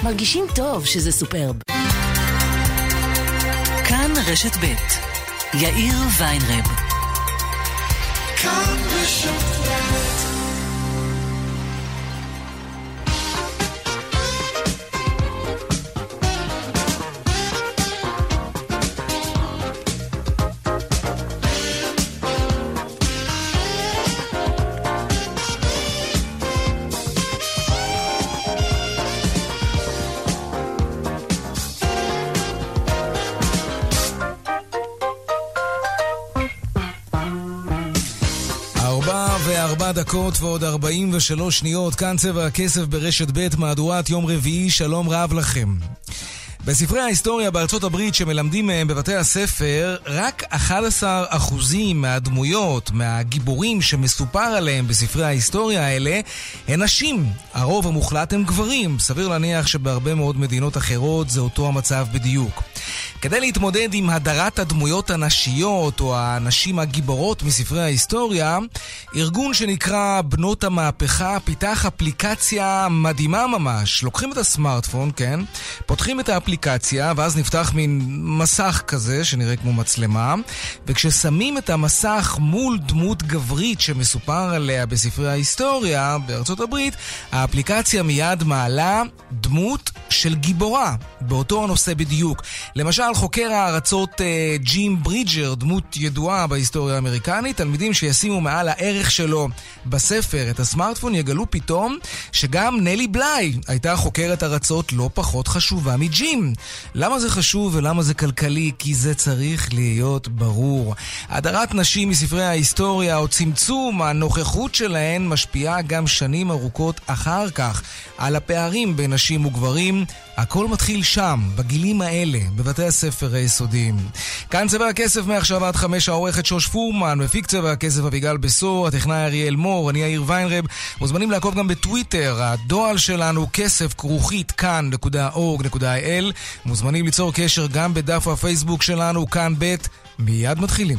מרגישים טוב שזה סופרב. כאן רשת ב' יאיר ויינרב. כאן רשת ב'. דקות ועוד 43 שניות, כאן צבע הכסף ברשת ב' מהדורת יום רביעי, שלום רב לכם. בספרי ההיסטוריה בארצות הברית שמלמדים מהם בבתי הספר, רק 11% מהדמויות, מהגיבורים שמסופר עליהם בספרי ההיסטוריה האלה, הן נשים. הרוב המוחלט הם גברים. סביר להניח שבהרבה מאוד מדינות אחרות זה אותו המצב בדיוק. כדי להתמודד עם הדרת הדמויות הנשיות או הנשים הגיבורות מספרי ההיסטוריה, ארגון שנקרא בנות המהפכה פיתח אפליקציה מדהימה ממש. לוקחים את הסמארטפון, כן? פותחים את האפליקציה ואז נפתח מין מסך כזה שנראה כמו מצלמה, וכששמים את המסך מול דמות גברית שמסופר עליה בספרי ההיסטוריה בארצות הברית, האפליקציה מיד מעלה דמות של גיבורה באותו הנושא בדיוק. למשל, חוקר הארצות ג'ים ברידג'ר, דמות ידועה בהיסטוריה האמריקנית, תלמידים שישימו מעל הערך שלו בספר את הסמארטפון יגלו פתאום שגם נלי בליי הייתה חוקרת ארצות לא פחות חשובה מג'ים. למה זה חשוב ולמה זה כלכלי? כי זה צריך להיות ברור. הדרת נשים מספרי ההיסטוריה או צמצום הנוכחות שלהן משפיעה גם שנים ארוכות אחר כך על הפערים בין נשים וגברים. הכל מתחיל שם, בגילים האלה, בבתי הספר היסודיים. כאן צבע הכסף מעכשיו עד 5, העורכת שוש פורמן, מפיק צבע הכסף אביגל בסור, הטכנאי אריאל מור, אני יאיר ויינרב. מוזמנים לעקוב גם בטוויטר, הדואל שלנו כסף@כאן.org.il. מוזמנים ליצור קשר גם בדף הפייסבוק שלנו, כאן ב'. מיד מתחילים.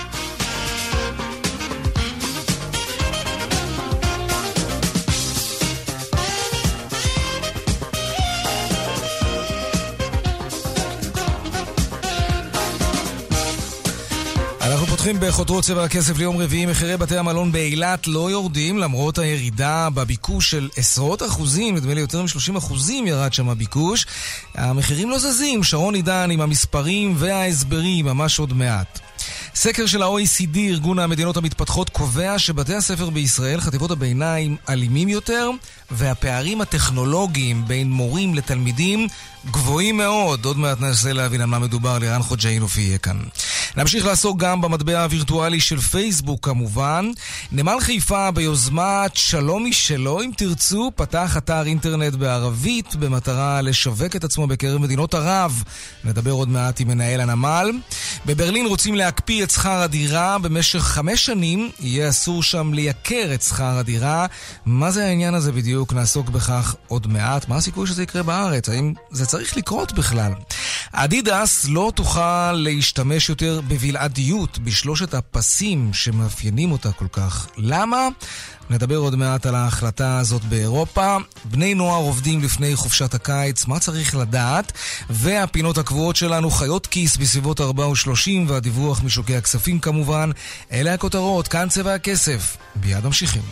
אנחנו פותחים בחותרות צבע הכסף ליום רביעי. מחירי בתי המלון באילת לא יורדים למרות הירידה בביקוש של עשרות אחוזים, נדמה לי יותר מ-30% ירד שם הביקוש. המחירים לא זזים. שרון עידן עם המספרים וההסברים ממש עוד מעט. סקר של ה-OECD, ארגון המדינות המתפתחות, קובע שבתי הספר בישראל, חטיבות הביניים, אלימים יותר, והפערים הטכנולוגיים בין מורים לתלמידים גבוהים מאוד. עוד מעט ננסה להבין על מה מדובר. לירן חוג'אינוף יהיה כאן. נמשיך לעסוק גם במטבע הווירטואלי של פייסבוק כמובן. נמל חיפה ביוזמת שלום משלו, אם תרצו, פתח אתר אינטרנט בערבית במטרה לשווק את עצמו בקרב מדינות ערב. נדבר עוד מעט עם מנהל הנמל. בברלין רוצים להקפיא את שכר הדירה במשך 5 שנים. יהיה אסור שם לייקר את שכר הדירה. מה זה העניין הזה בדיוק? נעסוק בכך עוד מעט. מה הסיכוי שזה יקרה בארץ? האם זה צריך לקרות בכלל? אדידס לא תוכל להשתמש יותר בבלעדיות בשלושת הפסים שמאפיינים אותה כל כך. למה? נדבר עוד מעט על ההחלטה הזאת באירופה. בני נוער עובדים לפני חופשת הקיץ, מה צריך לדעת? והפינות הקבועות שלנו, חיות כיס בסביבות 4:30 והדיווח משוקי הכספים כמובן. אלה הכותרות, כאן צבע הכסף. ביד ממשיכים.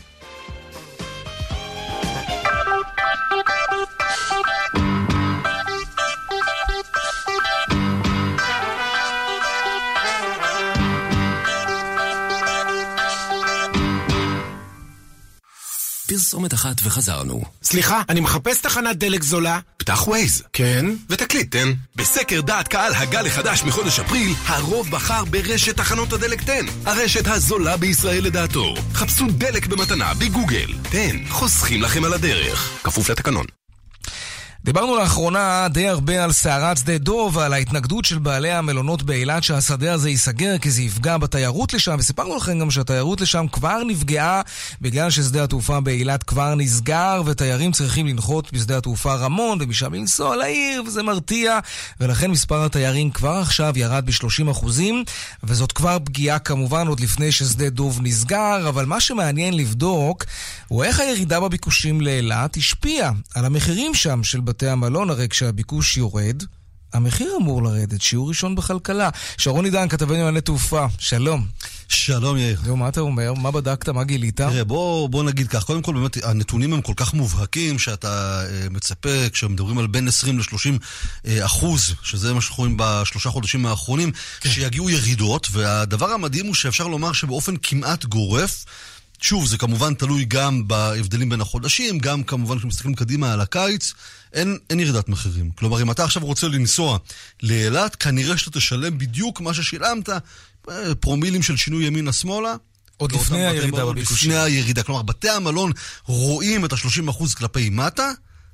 פרסומת אחת וחזרנו. סליחה, אני מחפש תחנת דלק זולה. פתח ווייז. כן? ותקליט, תן. בסקר דעת קהל הגל החדש מחודש אפריל, הרוב בחר ברשת תחנות הדלק תן. הרשת הזולה בישראל לדעתו. חפשו דלק במתנה בגוגל. תן, חוסכים לכם על הדרך. כפוף לתקנון. דיברנו לאחרונה די הרבה על סערת שדה דוב ועל ההתנגדות של בעלי המלונות באילת שהשדה הזה ייסגר כי זה יפגע בתיירות לשם, וסיפרנו לכם גם שהתיירות לשם כבר נפגעה בגלל ששדה התעופה באילת כבר נסגר ותיירים צריכים לנחות בשדה התעופה רמון ומשם לנסוע לעיר, וזה מרתיע, ולכן מספר התיירים כבר עכשיו ירד ב-30%, וזאת כבר פגיעה כמובן עוד לפני ששדה דוב נסגר. אבל מה שמעניין לבדוק הוא איך הירידה בביקושים לאילת השפיעה על המחירים שם של בתי המלון, הרי כשהביקוש יורד, המחיר אמור לרדת, שיעור ראשון בכלכלה. שרון עידן, כתבנו על תעופה, שלום. שלום יאיר. זהו, מה אתה אומר? מה בדקת? מה גילית? תראה, בוא נגיד כך. קודם כל, באמת, הנתונים הם כל כך מובהקים שאתה מצפה, כשמדברים על בין 20 ל-30%, שזה מה שאנחנו רואים בשלושה חודשים האחרונים, שיגיעו ירידות, והדבר המדהים הוא שאפשר לומר שבאופן כמעט גורף, שוב, זה כמובן תלוי גם בהבדלים בין החודשים, גם כמובן כשמסתכלים קדימה על הקיץ, אין ירידת מחירים. כלומר, אם אתה עכשיו רוצה לנסוע לאילת, כנראה שאתה תשלם בדיוק מה ששילמת, פרומילים של שינוי ימינה-שמאלה, עוד לפני הירידה בביקושים. לפני הירידה. כלומר, בתי המלון רואים את ה-30% כלפי מטה,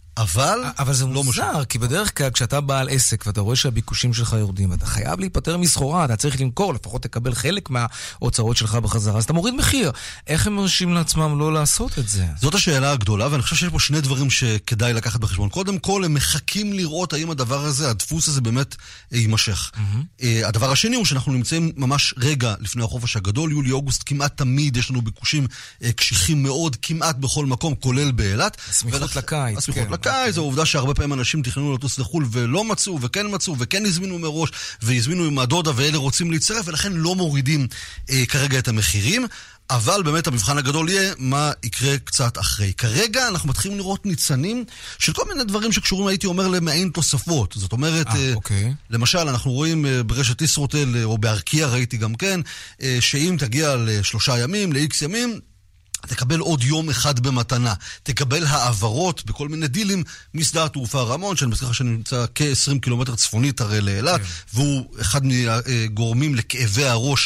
אבל זה מוזר, כי בדרך כלל כשאתה בעל עסק ואתה רואה שהביקושים שלך יורדים, אתה חייב להיפטר מסחורה, אתה צריך למכור, לפחות תקבל חלק מההוצאות שלך בחזרה, אז אתה מוריד מחיר. איך הם מרשים לעצמם לא לעשות את זה? זאת השאלה הגדולה, ואני חושב שיש פה שני דברים שכדאי לקחת בחשבון. קודם כל, הם מחכים לראות האם הדבר הזה, הדפוס הזה באמת יימשך. הדבר השני הוא שאנחנו נמצאים ממש רגע לפני החופש הגדול, יולי-אוגוסט, כמעט תמיד יש לנו ביקושים קשיחים מאוד, כמעט בכל מקום, כולל באילת. סמיכות לקיץ, זו העובדה שהרבה פעמים אנשים תכננו לטוס לחול ולא מצאו, וכן הזמינו מראש, והזמינו עם הדודה, ואלה רוצים להצטרף, ולכן לא מורידים כרגע את המחירים, אבל באמת המבחן הגדול יהיה מה יקרה קצת אחרי. כרגע אנחנו מתחילים לראות ניצנים של כל מיני דברים שקשורים, הייתי אומר, למעין תוספות. זאת אומרת, למשל, אנחנו רואים ברשת ישרוטל, או בארקיע ראיתי גם כן, שאם תגיע ל3 ימים, ל-X ימים, תקבל עוד יום אחד במתנה. תקבל העברות בכל מיני דילים משדה התעופה רמון, שאני מזכיר לך שנמצא כ-20 קילומטר צפונית הרי לאילת, והוא אחד מהגורמים לכאבי הראש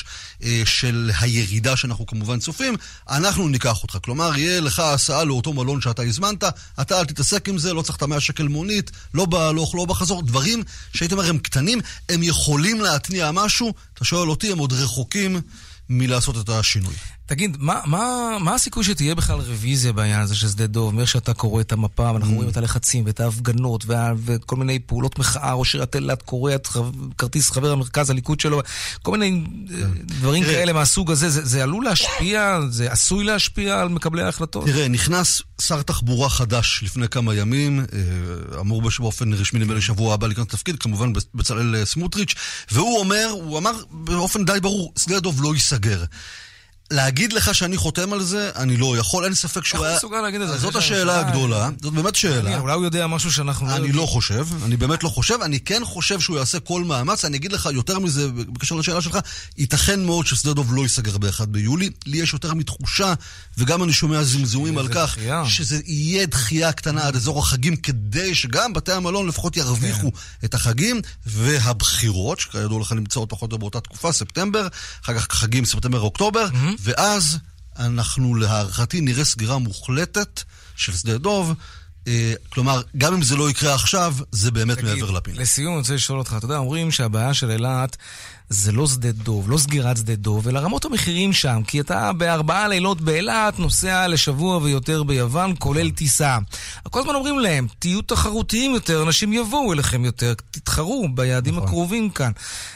של הירידה שאנחנו כמובן צופים. אנחנו ניקח אותך. כלומר, יהיה לך הסעה לאותו מלון שאתה הזמנת, אתה אל תתעסק עם זה, לא צריך את 100 שקל מונית, לא בהלוך, לא בחזור. דברים שהייתי אומר הם קטנים, הם יכולים להתניע משהו. אתה שואל אותי, הם עוד רחוקים מלעשות את השינוי. תגיד, מה הסיכוי שתהיה בכלל רוויזיה בעניין הזה של שדה דב? אומר שאתה קורא את המפה, ואנחנו רואים את הלחצים ואת ההפגנות וכל מיני פעולות מחאה, או שרתלת קורא את כרטיס חבר המרכז הליכוד שלו, כל מיני דברים כאלה מהסוג הזה. זה עלול להשפיע, זה עשוי להשפיע על מקבלי ההחלטות? תראה, נכנס שר תחבורה חדש לפני כמה ימים, אמור באופן רשמי נדמה לי שבוע הבא להיכנס לתפקיד, כמובן בצלאל סמוטריץ', והוא אמר באופן די ברור, שדה דב לא ייסגר. להגיד לך שאני חותם על זה, אני לא יכול, אין ספק שהוא היה... זאת השאלה הגדולה, זאת באמת שאלה. אולי הוא יודע משהו שאנחנו... אני לא חושב, אני באמת לא חושב, אני כן חושב שהוא יעשה כל מאמץ, אני אגיד לך יותר מזה, בקשר לשאלה שלך, ייתכן מאוד ששדה דב לא ייסגר ב1 ביולי, לי יש יותר מתחושה, וגם אני שומע זמזומים על כך, שזה יהיה דחייה קטנה עד אזור החגים, כדי שגם בתי המלון לפחות ירוויחו את החגים, והבחירות, שכידוע לך נמצאות פחות באותה תקופה, ספטמבר, אחר כך חגים ספטמבר-אוקטובר, ואז אנחנו להערכתי נראה סגירה מוחלטת של שדה דב. כלומר, גם אם זה לא יקרה עכשיו, זה באמת מעבר לפינה. לסיום, אני רוצה לשאול אותך, אתה יודע, אומרים שהבעיה של אילת זה לא שדה דב, לא סגירת שדה דב, אלא רמות המחירים שם, כי אתה ב4 לילות באילת נוסע לשבוע ויותר ביוון, כולל טיסה. כל הזמן אומרים להם, תהיו תחרותיים יותר, אנשים יבואו אליכם יותר, תתחרו ביעדים הקרובים כאן.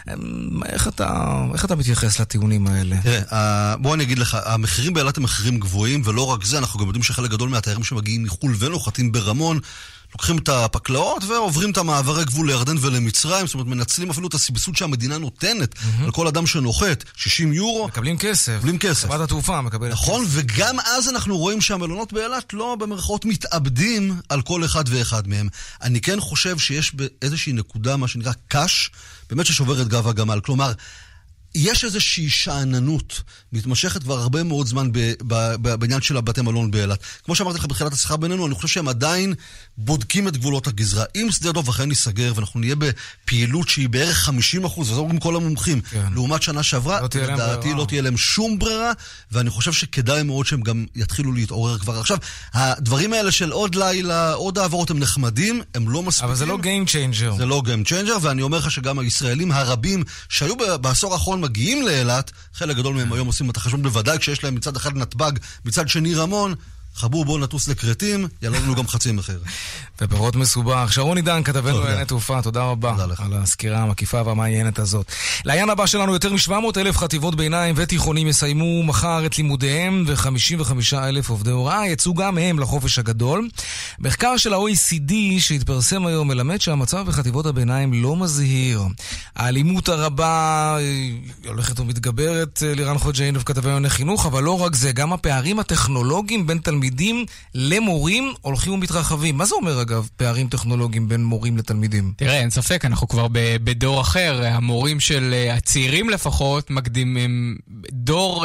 איך אתה מתייחס לטיעונים האלה? תראה, בוא אני אגיד לך, המחירים באילת הם מחירים גבוהים, ולא רק זה, אנחנו גם יודעים שחלק גדול מהתיירים שמגיעים מחול ונוחתים ברמון, לוקחים את הפקלאות ועוברים את המעברי גבול לירדן ולמצרים, זאת אומרת, מנצלים אפילו את הסבסוד שהמדינה נותנת על כל אדם שנוחת, 60 יורו. מקבלים כסף. חברת התעופה מקבלת כסף. נכון, וגם אז אנחנו רואים שהמלונות באילת לא במרכאות מתאבדים על כל אחד ואחד מהם. אני כן חושב שיש באיזושהי נקודה, מה שנקרא קש, באמת ששוברת גב הגמל. כלומר, יש איזושהי שעננות מתמשכת כבר הרבה מאוד זמן בעניין של הבתי מלון באילת. כמו שאמרתי לך בתחילת השיחה בינינו, אני חושב שהם עדיין בודקים את גבולות הגזרה. אם שדה דב אכן ייסגר ואנחנו נהיה בפעילות שהיא בערך 50%, וזה אומרים כל המומחים, לעומת שנה שעברה, לדעתי לא תהיה להם שום ברירה, ואני חושב שכדאי מאוד שהם גם יתחילו להתעורר כבר עכשיו. הדברים האלה של עוד לילה, עוד העברות הם נחמדים, הם לא מספיקים. אבל זה לא game changer. זה לא game changer, ואני אומר לך שגם הישראלים הרבים שהיו בעשור האחרון מגיעים לאילת, חלק גדול מהם היום עושים את החשבון בוודאי כשיש להם מצד אחד נתב"ג, מצד שני רמון, חבו בואו נטוס לקרטים, יעלה לנו גם חצי מחיר. ופחות מסובך. שרון עידן, כתבנו לענייני תעופה, תודה רבה על הסקירה המקיפה והמעניינת הזאת. לעניין הבא שלנו, יותר מ-700,000 חטיבות ביניים ותיכונים יסיימו מחר את לימודיהם, ו-55,000 עובדי הוראה יצאו גם הם לחופש הגדול. מחקר של ה-OECD שהתפרסם היום מלמד שהמצב בחטיבות הביניים לא מזהיר. האלימות הרבה הולכת ומתגברת, לירן חוג'יינוב כתבנו לענייני חינוך, אבל לא רק זה, גם הפערים הטכנולוגיים בין תלמידים למורים הולכים ומתרחבים. מה זה אומר אגב, פערים טכנולוגיים בין מורים לתלמידים? תראה, אין ספק, אנחנו כבר בדור אחר. המורים של הצעירים לפחות מקדימים דור,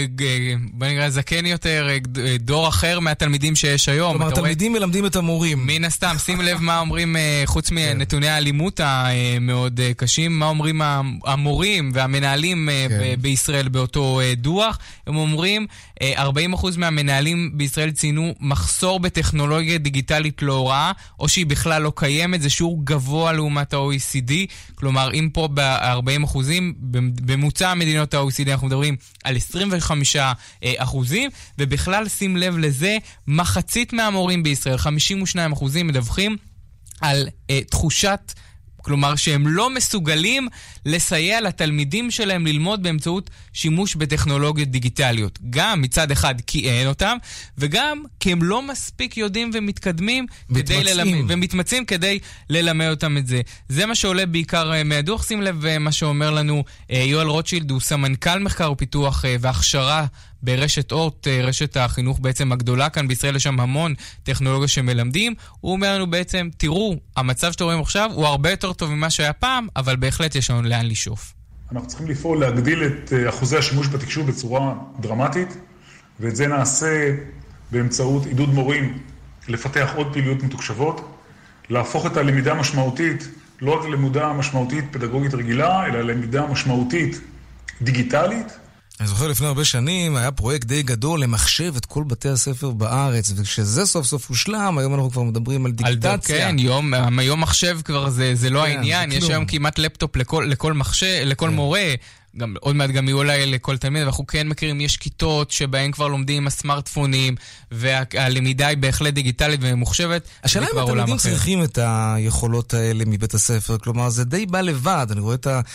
בוא נראה, זקן יותר, דור אחר מהתלמידים שיש היום. כלומר, התלמידים מלמדים את המורים. מן הסתם, שים לב מה אומרים, חוץ מנתוני האלימות המאוד קשים, מה אומרים המורים והמנהלים בישראל באותו דוח. הם אומרים, 40% מהמנהלים בישראל ציינו מחסור בטכנולוגיה דיגיטלית להוראה, או שהיא בכלל לא קיימת. זה שיעור גבוה לעומת ה-OECD. כלומר, אם פה ב-40%, בממוצע מדינות ה-OECD אנחנו מדברים על 25%, ובכלל שים לב לזה, מחצית מהמורים בישראל, 52% מדווחים על תחושת, כלומר שהם לא מסוגלים לסייע לתלמידים שלהם ללמוד באמצעות שימוש בטכנולוגיות דיגיטליות. גם מצד אחד כי אין אותם, וגם כי הם לא מספיק יודעים ומתקדמים ומתמצאים כדי ללמד אותם את זה. זה מה שעולה בעיקר מהדוח. שים לב מה שאומר לנו יואל רוטשילד, הוא סמנכ"ל מחקר ופיתוח והכשרה ברשת אורט, רשת החינוך בעצם הגדולה כאן בישראל, יש שם המון טכנולוגיה שמלמדים. הוא אומר לנו בעצם, תראו, המצב שאתם רואים עכשיו הוא הרבה יותר טוב ממה שהיה פעם, אבל בהחלט יש לנו לאן לשאוף. אנחנו צריכים לפעול להגדיל את אחוזי השימוש בתקשוב בצורה דרמטית, ואת זה נעשה באמצעות עידוד מורים לפתח עוד פעילויות מתוקשבות, להפוך את הלמידה המשמעותית, לא רק ללמידה משמעותית פדגוגית רגילה, אלא ללמידה משמעותית דיגיטלית. אני זוכר לפני הרבה שנים, היה פרויקט די גדול למחשב את כל בתי הספר בארץ, וכשזה סוף סוף הושלם, היום אנחנו כבר מדברים על דיגיטציה. כן, היום מחשב כבר זה לא העניין, יש היום כמעט לפטופ לכל מחשב, לכל מורה, גם, עוד מעט גם יהיו אולי לכל תלמיד, ואנחנו כן מכירים, יש כיתות שבהן כבר לומדים עם הסמארטפונים, והלמידה היא בהחלט דיגיטלית ומוחשבת. השאלה אם התלמידים צריכים את היכולות האלה מבית הספר, כלומר זה די בא לבד. אני רואה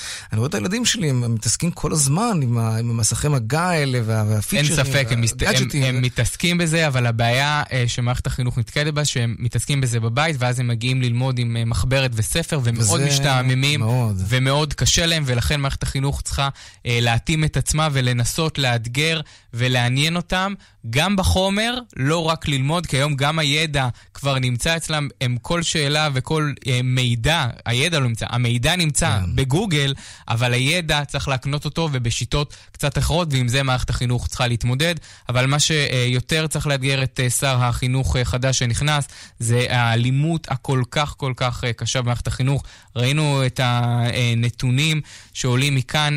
את הילדים שלי, הם מתעסקים כל הזמן עם המסכי מגע האלה והפיצ'רים. אין ספק, הם מתעסקים בזה, אבל הבעיה שמערכת החינוך נתקדת בה, שהם מתעסקים בזה בבית, ואז הם מגיעים ללמוד עם מחברת וספר, ומאוד משתעממים, ומאוד קשה להם, ולכן מערכת החינוך צריכה להתאים את עצמה ולנסות לאתגר ולעניין אותם גם בחומר, לא רק ללמוד, כי היום גם הידע כבר נמצא אצלם, הם כל שאלה וכל מידע, הידע לא נמצא, המידע נמצא בגוגל, אבל הידע צריך להקנות אותו ובשיטות קצת אחרות, ועם זה מערכת החינוך צריכה להתמודד. אבל מה שיותר צריך לאתגר את שר החינוך חדש שנכנס, זה האלימות הכל כך כל כך קשה במערכת החינוך. ראינו את הנתונים שעולים מכאן,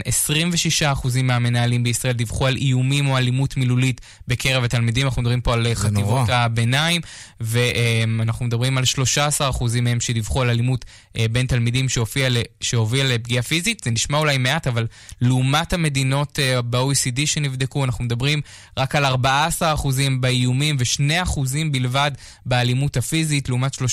26% מהמנהלים בישראל דיווחו על איומים או אלימות מילולית בקרב התלמידים. אנחנו מדברים פה על חטיבות הביניים, ואנחנו מדברים על 13% מהם שדיווחו על אלימות בין תלמידים שהוביל לפגיעה פיזית. זה נשמע אולי מעט, אבל לעומת המדינות ב-OECD שנבדקו, אנחנו מדברים רק על 14% באיומים ו2% בלבד באלימות הפיזית, לעומת 13%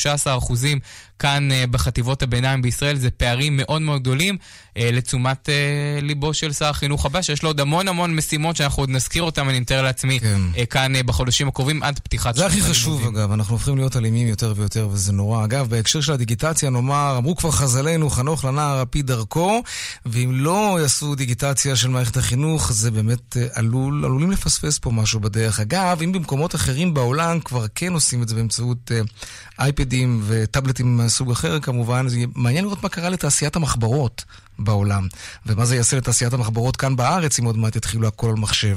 כאן בחטיבות הביניים בישראל. זה פערים מאוד מאוד גדולים. לתשומת ליבו של שר החינוך הבא, שיש לו עוד המון משימות שאנחנו עוד נזכיר אותם, אני מתאר לעצמי, כאן בחודשים הקרובים עד פתיחת זה הכי חשוב אגב, אנחנו הופכים להיות אלימים יותר ויותר, וזה נורא. אגב, בהקשר של הדיגיטציה נאמר, אמרו כבר חז"לינו, חנוך לנער על פי דרכו, ואם לא יעשו דיגיטציה של מערכת החינוך, זה באמת עלולים לפספס פה משהו בדרך. אגב, אם במקומות אחרים בעולם כבר כן עושים את זה באמצעות אייפדים וטאבלטים מסוג אחר, כמובן, זה מעניין לראות מה קרה לתעשיית המחברות בעולם, ומה זה יעשה לתעשיית המחברות כאן בארץ, אם עוד מעט יתחילו הכל על מחשב.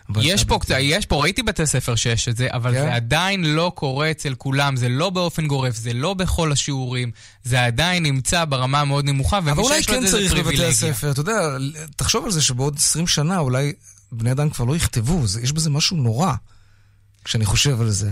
יש פה, ראיתי בתי ספר שיש את זה, אבל זה עדיין לא קורה אצל כולם, זה לא באופן גורף, זה לא בכל השיעורים, זה עדיין נמצא ברמה מאוד נמוכה, אבל אולי כן צריך בבתי הספר, אתה יודע, תחשוב על זה שבעוד 20 שנה אולי בני אדם כבר לא יכתבו, יש בזה משהו נורא, כשאני חושב על זה.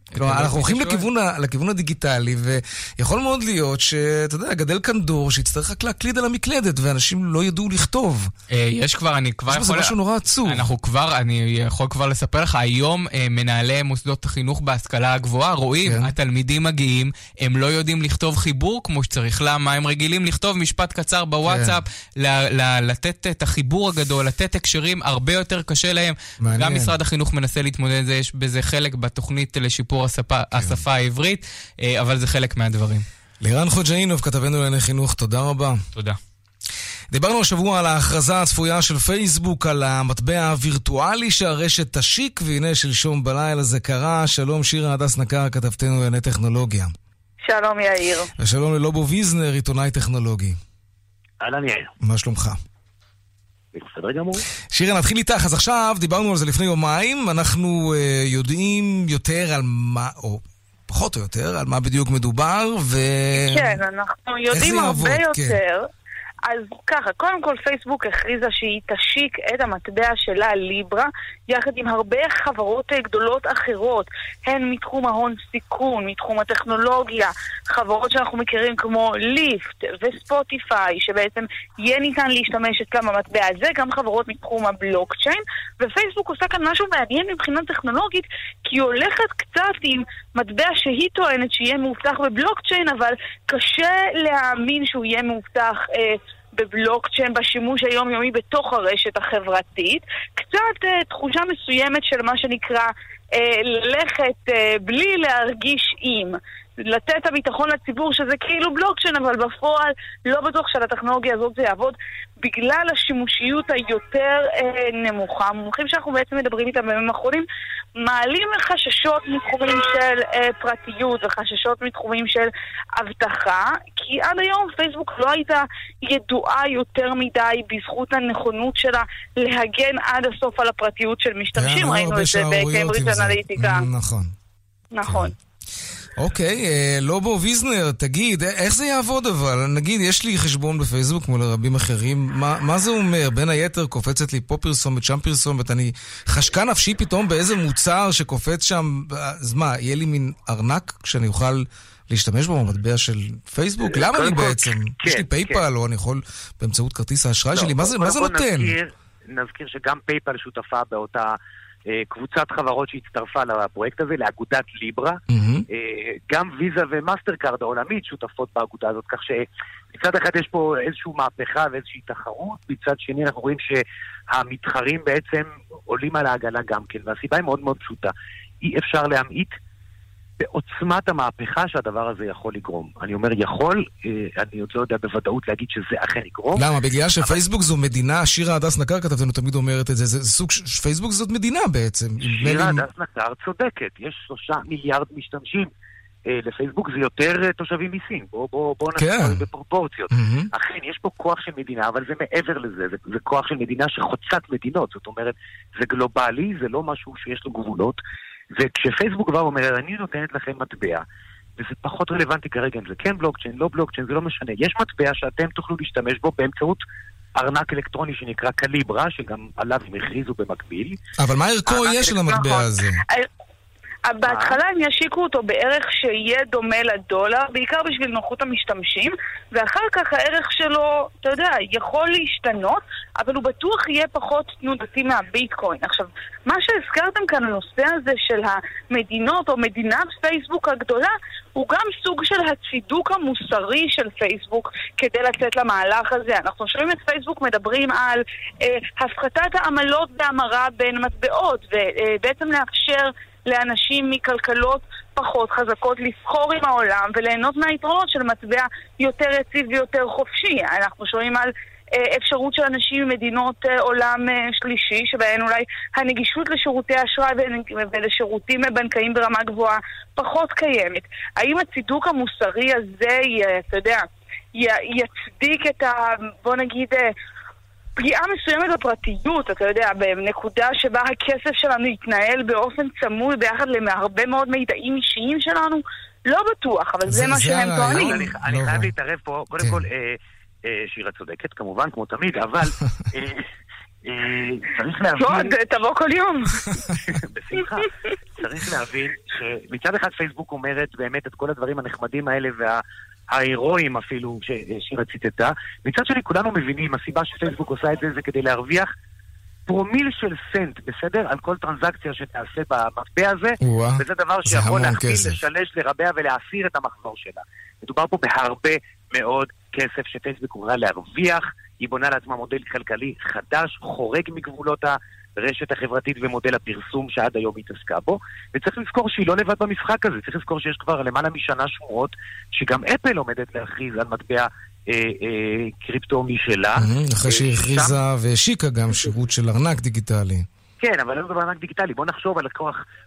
אנחנו הולכים לכיוון הדיגיטלי, ויכול מאוד להיות שאתה יודע, גדל כאן דור שיצטרך רק להקליד על המקלדת, ואנשים לא ידעו לכתוב. יש בזה משהו נורא עצוב. אני יכול כבר לספר לך, היום מנהלי מוסדות החינוך בהשכלה הגבוהה, רואים, התלמידים מגיעים, הם לא יודעים לכתוב חיבור כמו שצריך. למה? הם רגילים לכתוב משפט קצר בוואטסאפ, לתת את החיבור הגדול, לתת הקשרים, הרבה יותר קשה להם. גם משרד החינוך מנסה להתמודד, יש בזה חלק בתוכנית לשיפור השפה העברית, אבל זה חלק מהדברים. לירן חוג'אינוב, כתבנו לענייני חינוך, תודה רבה. תודה. דיברנו השבוע על ההכרזה הצפויה של פייסבוק על המטבע הווירטואלי שהרשת תשיק, והנה שלשום בלילה זה קרה. שלום שירה הדס נקר, כתבתנו לענייני טכנולוגיה. שלום יאיר. ושלום ללובו ויזנר, עיתונאי טכנולוגי. אהלן יאיר. מה שלומך? בסדר גמור. שירה, נתחיל איתך. אז עכשיו דיברנו על זה לפני יומיים, אנחנו יודעים יותר על מה, או פחות או יותר, על מה בדיוק מדובר, כן, אנחנו יודעים הרבה יותר. אז ככה, קודם כל פייסבוק הכריזה שהיא תשיק את המטבע שלה ליברה, יחד עם הרבה חברות גדולות אחרות, הן מתחום ההון סיכון, מתחום הטכנולוגיה, חברות שאנחנו מכירים כמו ליפט וספוטיפיי, שבעצם יהיה ניתן להשתמש אצלם במטבע הזה, גם חברות מתחום הבלוקצ'יין, ופייסבוק עושה כאן משהו מעניין מבחינה טכנולוגית, כי היא הולכת קצת עם מטבע שהיא טוענת שיהיה מאובטח בבלוקצ'יין, אבל קשה להאמין שהוא יהיה מאובטח בבלוקצ'יין, בשימוש היומיומי בתוך הרשת החברתית. קצת תחושה מסוימת של מה שנקרא ללכת בלי להרגיש עם. לתת הביטחון לציבור שזה כאילו בלוקצ'יין, אבל בפועל לא בטוח שעל הטכנולוגיה הזאת זה יעבוד בגלל השימושיות היותר נמוכה. מומחים שאנחנו בעצם מדברים איתם בימים האחרונים מעלים חששות מתחומים של פרטיות וחששות מתחומים של הבטחה, כי עד היום פייסבוק לא הייתה ידועה יותר מדי בזכות הנכונות שלה להגן עד הסוף על הפרטיות של משתמשים. ראינו את זה בקיימברידג' אנליטיקה. נכון. אוקיי, לובו ויזנר, תגיד, איך זה יעבוד אבל? נגיד, יש לי חשבון בפייסבוק כמו לרבים אחרים, מה זה אומר? בין היתר קופצת לי פה פרסומת, שם פרסומת, אני חשקה נפשי פתאום באיזה מוצר שקופץ שם, אז מה, יהיה לי מין ארנק שאני אוכל להשתמש בו במטבע של פייסבוק? למה לי בעצם? יש לי פייפל או אני יכול באמצעות כרטיס האשראי שלי? מה זה נותן? נזכיר שגם פייפל שותפה באותה קבוצת חברות שהצטרפה לפרויקט הזה, לאגודת ליברה. גם ויזה ומאסטרקארד העולמית שותפות באגודה הזאת, כך שמצד אחד יש פה איזושהי מהפכה ואיזושהי תחרות, מצד שני אנחנו רואים שהמתחרים בעצם עולים על העגלה גם כן, והסיבה היא מאוד מאוד פשוטה. אי אפשר להמעיט בעוצמת המהפכה שהדבר הזה יכול לגרום. אני אומר יכול, אני עוד לא יודע בוודאות להגיד שזה אכן יגרום. למה? בגלל שפייסבוק זו מדינה, שירה הדס נקר כתבתנו תמיד אומרת את זה, זה סוג, פייסבוק זאת מדינה בעצם. שירה הדס נקר צודקת, יש 3 מיליארד משתמשים. לפייסבוק זה יותר תושבים מסין, בואו נעשה בפרופורציות. אכן, יש פה כוח של מדינה, אבל זה מעבר לזה, זה כוח של מדינה שחוצת מדינות, זאת אומרת, זה גלובלי, זה לא משהו שיש לו גבולות, וכשפייסבוק כבר אומר, אני נותנת לכם מטבע, וזה פחות רלוונטי כרגע, אם זה כן בלוקצ'יין, לא בלוקצ'יין, זה לא משנה. יש מטבע שאתם תוכלו להשתמש בו באמצעות ארנק אלקטרוני שנקרא קליברה, שגם עליו הם הכריזו במקביל. אבל מה ערכו יש של המטבע הזה? בהתחלה הם ישיקו אותו בערך שיהיה דומה לדולר, בעיקר בשביל נוחות המשתמשים, ואחר כך הערך שלו, אתה יודע, יכול להשתנות, אבל הוא בטוח יהיה פחות תנודתי מהביטקוין. עכשיו, מה שהזכרתם כאן, הנושא הזה של המדינות או מדינת פייסבוק הגדולה, הוא גם סוג של הצידוק המוסרי של פייסבוק כדי לצאת למהלך הזה. אנחנו שומעים את פייסבוק מדברים על הפחתת העמלות בהמרה בין מטבעות, ובעצם לאפשר לאנשים מכלכלות פחות חזקות לסחור עם העולם וליהנות מהיתרונות של מטבע יותר יציב ויותר חופשי. אנחנו שומעים על אפשרות של אנשים ממדינות עולם שלישי, שבהן אולי הנגישות לשירותי אשראי ולשירותים בנקאיים ברמה גבוהה פחות קיימת. האם הצידוק המוסרי הזה, אתה יודע, יצדיק את בוא נגיד, פגיעה מסוימת בפרטיות, אתה יודע, בנקודה שבה הכסף שלנו יתנהל באופן צמוד ביחד להרבה מאוד מידעים אישיים שלנו? לא בטוח, אבל זה מה שהם טוענים. אני חייב להתערב פה, קודם כל, שירה צודקת, כמובן, כמו תמיד, אבל צריך להבין... תבוא כל יום. בשמחה. צריך להבין שמצד אחד פייסבוק אומרת באמת את כל הדברים הנחמדים האלה וההירואים אפילו ששירה ציטטה. מצד שני כולנו מבינים, הסיבה שפייסבוק עושה את זה זה כדי להרוויח פרומיל של סנט, בסדר? על כל טרנזקציה שתעשה במטבע הזה, וזה דבר שיכול להכפיל, לשלש, לרבע ולהסיר את המחזור שלה. מדובר פה בהרבה מאוד כסף שפייסבוק יכולה להרוויח, היא בונה לעצמה מודל כלכלי חדש, חורג מגבולות הרשת החברתית ומודל הפרסום שעד היום התעסקה בו, וצריך לזכור שהיא לא לבד במשחק הזה, צריך לזכור שיש כבר למעלה משנה שמועות שגם אפל עומדת להכריז על מטבע קריפטו משלה. אחרי שהיא הכריזה והשיקה גם שירות של ארנק דיגיטלי. כן, אבל לא בארנק דיגיטלי. בוא נחשוב על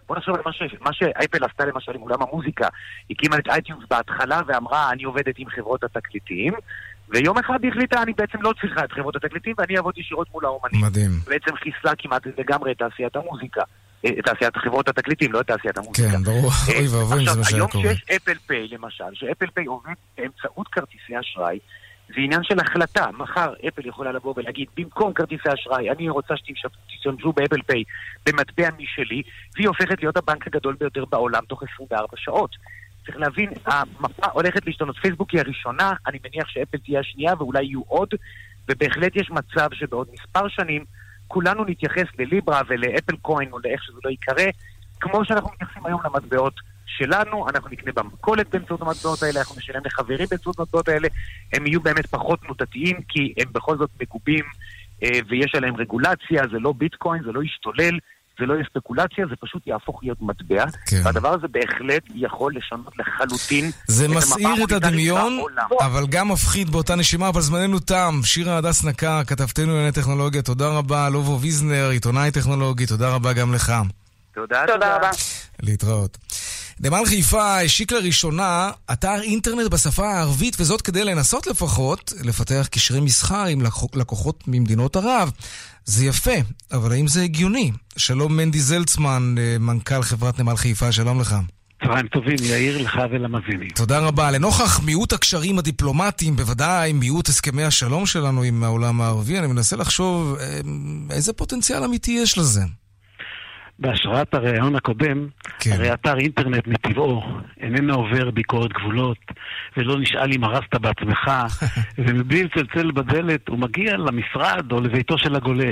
מה שאפל עשתה למשל עם עולם המוזיקה. הקימה את אייטיונס בהתחלה ואמרה, אני עובדת עם חברות התקליטים, ויום אחד היא החליטה, אני בעצם לא צריכה את חברות התקליטים, ואני אעבוד ישירות מול האומנים. מדהים. בעצם חיסלה כמעט לגמרי את תעשיית המוזיקה. את תעשיית חברות התקליטים, לא את תעשיית המוזיקה. כן, ברור. אוי ואבוי, זה מה שהיה קורה. היום שיש אפל פיי, למשל, שאפל פיי עובד באמצעות כרטיסי אשראי, זה עניין של החלטה. מחר אפל יכולה לבוא ולהגיד, במקום כרטיסי אשראי, אני רוצה שתשתמשו באפל פיי במטבע משלי, והיא הופכת להיות הבנק הגדול ביותר בעולם תוך 24 שעות. צריך להבין, המפה הולכת להשתנות. פייסבוק היא הראשונה, אני מניח שאפל תהיה השנייה ואולי יהיו עוד, ובהחלט יש מצב שבעוד מספר שנים כולנו נתייחס לליברה ולאפל קוין או לאיך שזה לא יקרה, כמו שאנחנו מתייחסים היום למטבעות שלנו, אנחנו נקנה במכולת באמצעות המטבעות האלה, אנחנו נשלם לחברים באמצעות המטבעות האלה, הם יהיו באמת פחות תנותתיים, כי הם בכל זאת מגובים ויש עליהם רגולציה, זה לא ביטקוין, זה לא ישתולל, זה לא יהיה ספקולציה, זה פשוט יהפוך להיות מטבע, כן. והדבר הזה בהחלט יכול לשנות לחלוטין. זה מסעיר את הדמיון, אבל גם מפחיד באותה נשימה, אבל זמננו תם. שירה הדס נקה, כתבתנו לענייני טכנולוגיה, תודה רבה. לובו ויזנר, עיתונאי טכנולוגי, תודה רבה גם לך. תודה רבה. להתראות. נמל חיפה השיק לראשונה אתר אינטרנט בשפה הערבית, וזאת כדי לנסות לפחות לפתח קשרי מסחר עם לקוחות ממדינות ערב. זה יפה, אבל האם זה הגיוני? שלום מנדי זלצמן, מנכ"ל חברת נמל חיפה, שלום לך. צהריים טובים, יאיר לך ולמאזינים. תודה רבה. לנוכח מיעוט הקשרים הדיפלומטיים, בוודאי מיעוט הסכמי השלום שלנו עם העולם הערבי, אני מנסה לחשוב איזה פוטנציאל אמיתי יש לזה. בהשראת הרעיון הקודם, כן. הרי אתר אינטרנט מטבעו איננו עובר ביקורת גבולות, ולא נשאל אם הרסת בעצמך, ומבלי לצלצל בדלת הוא מגיע למשרד או לביתו של הגולש.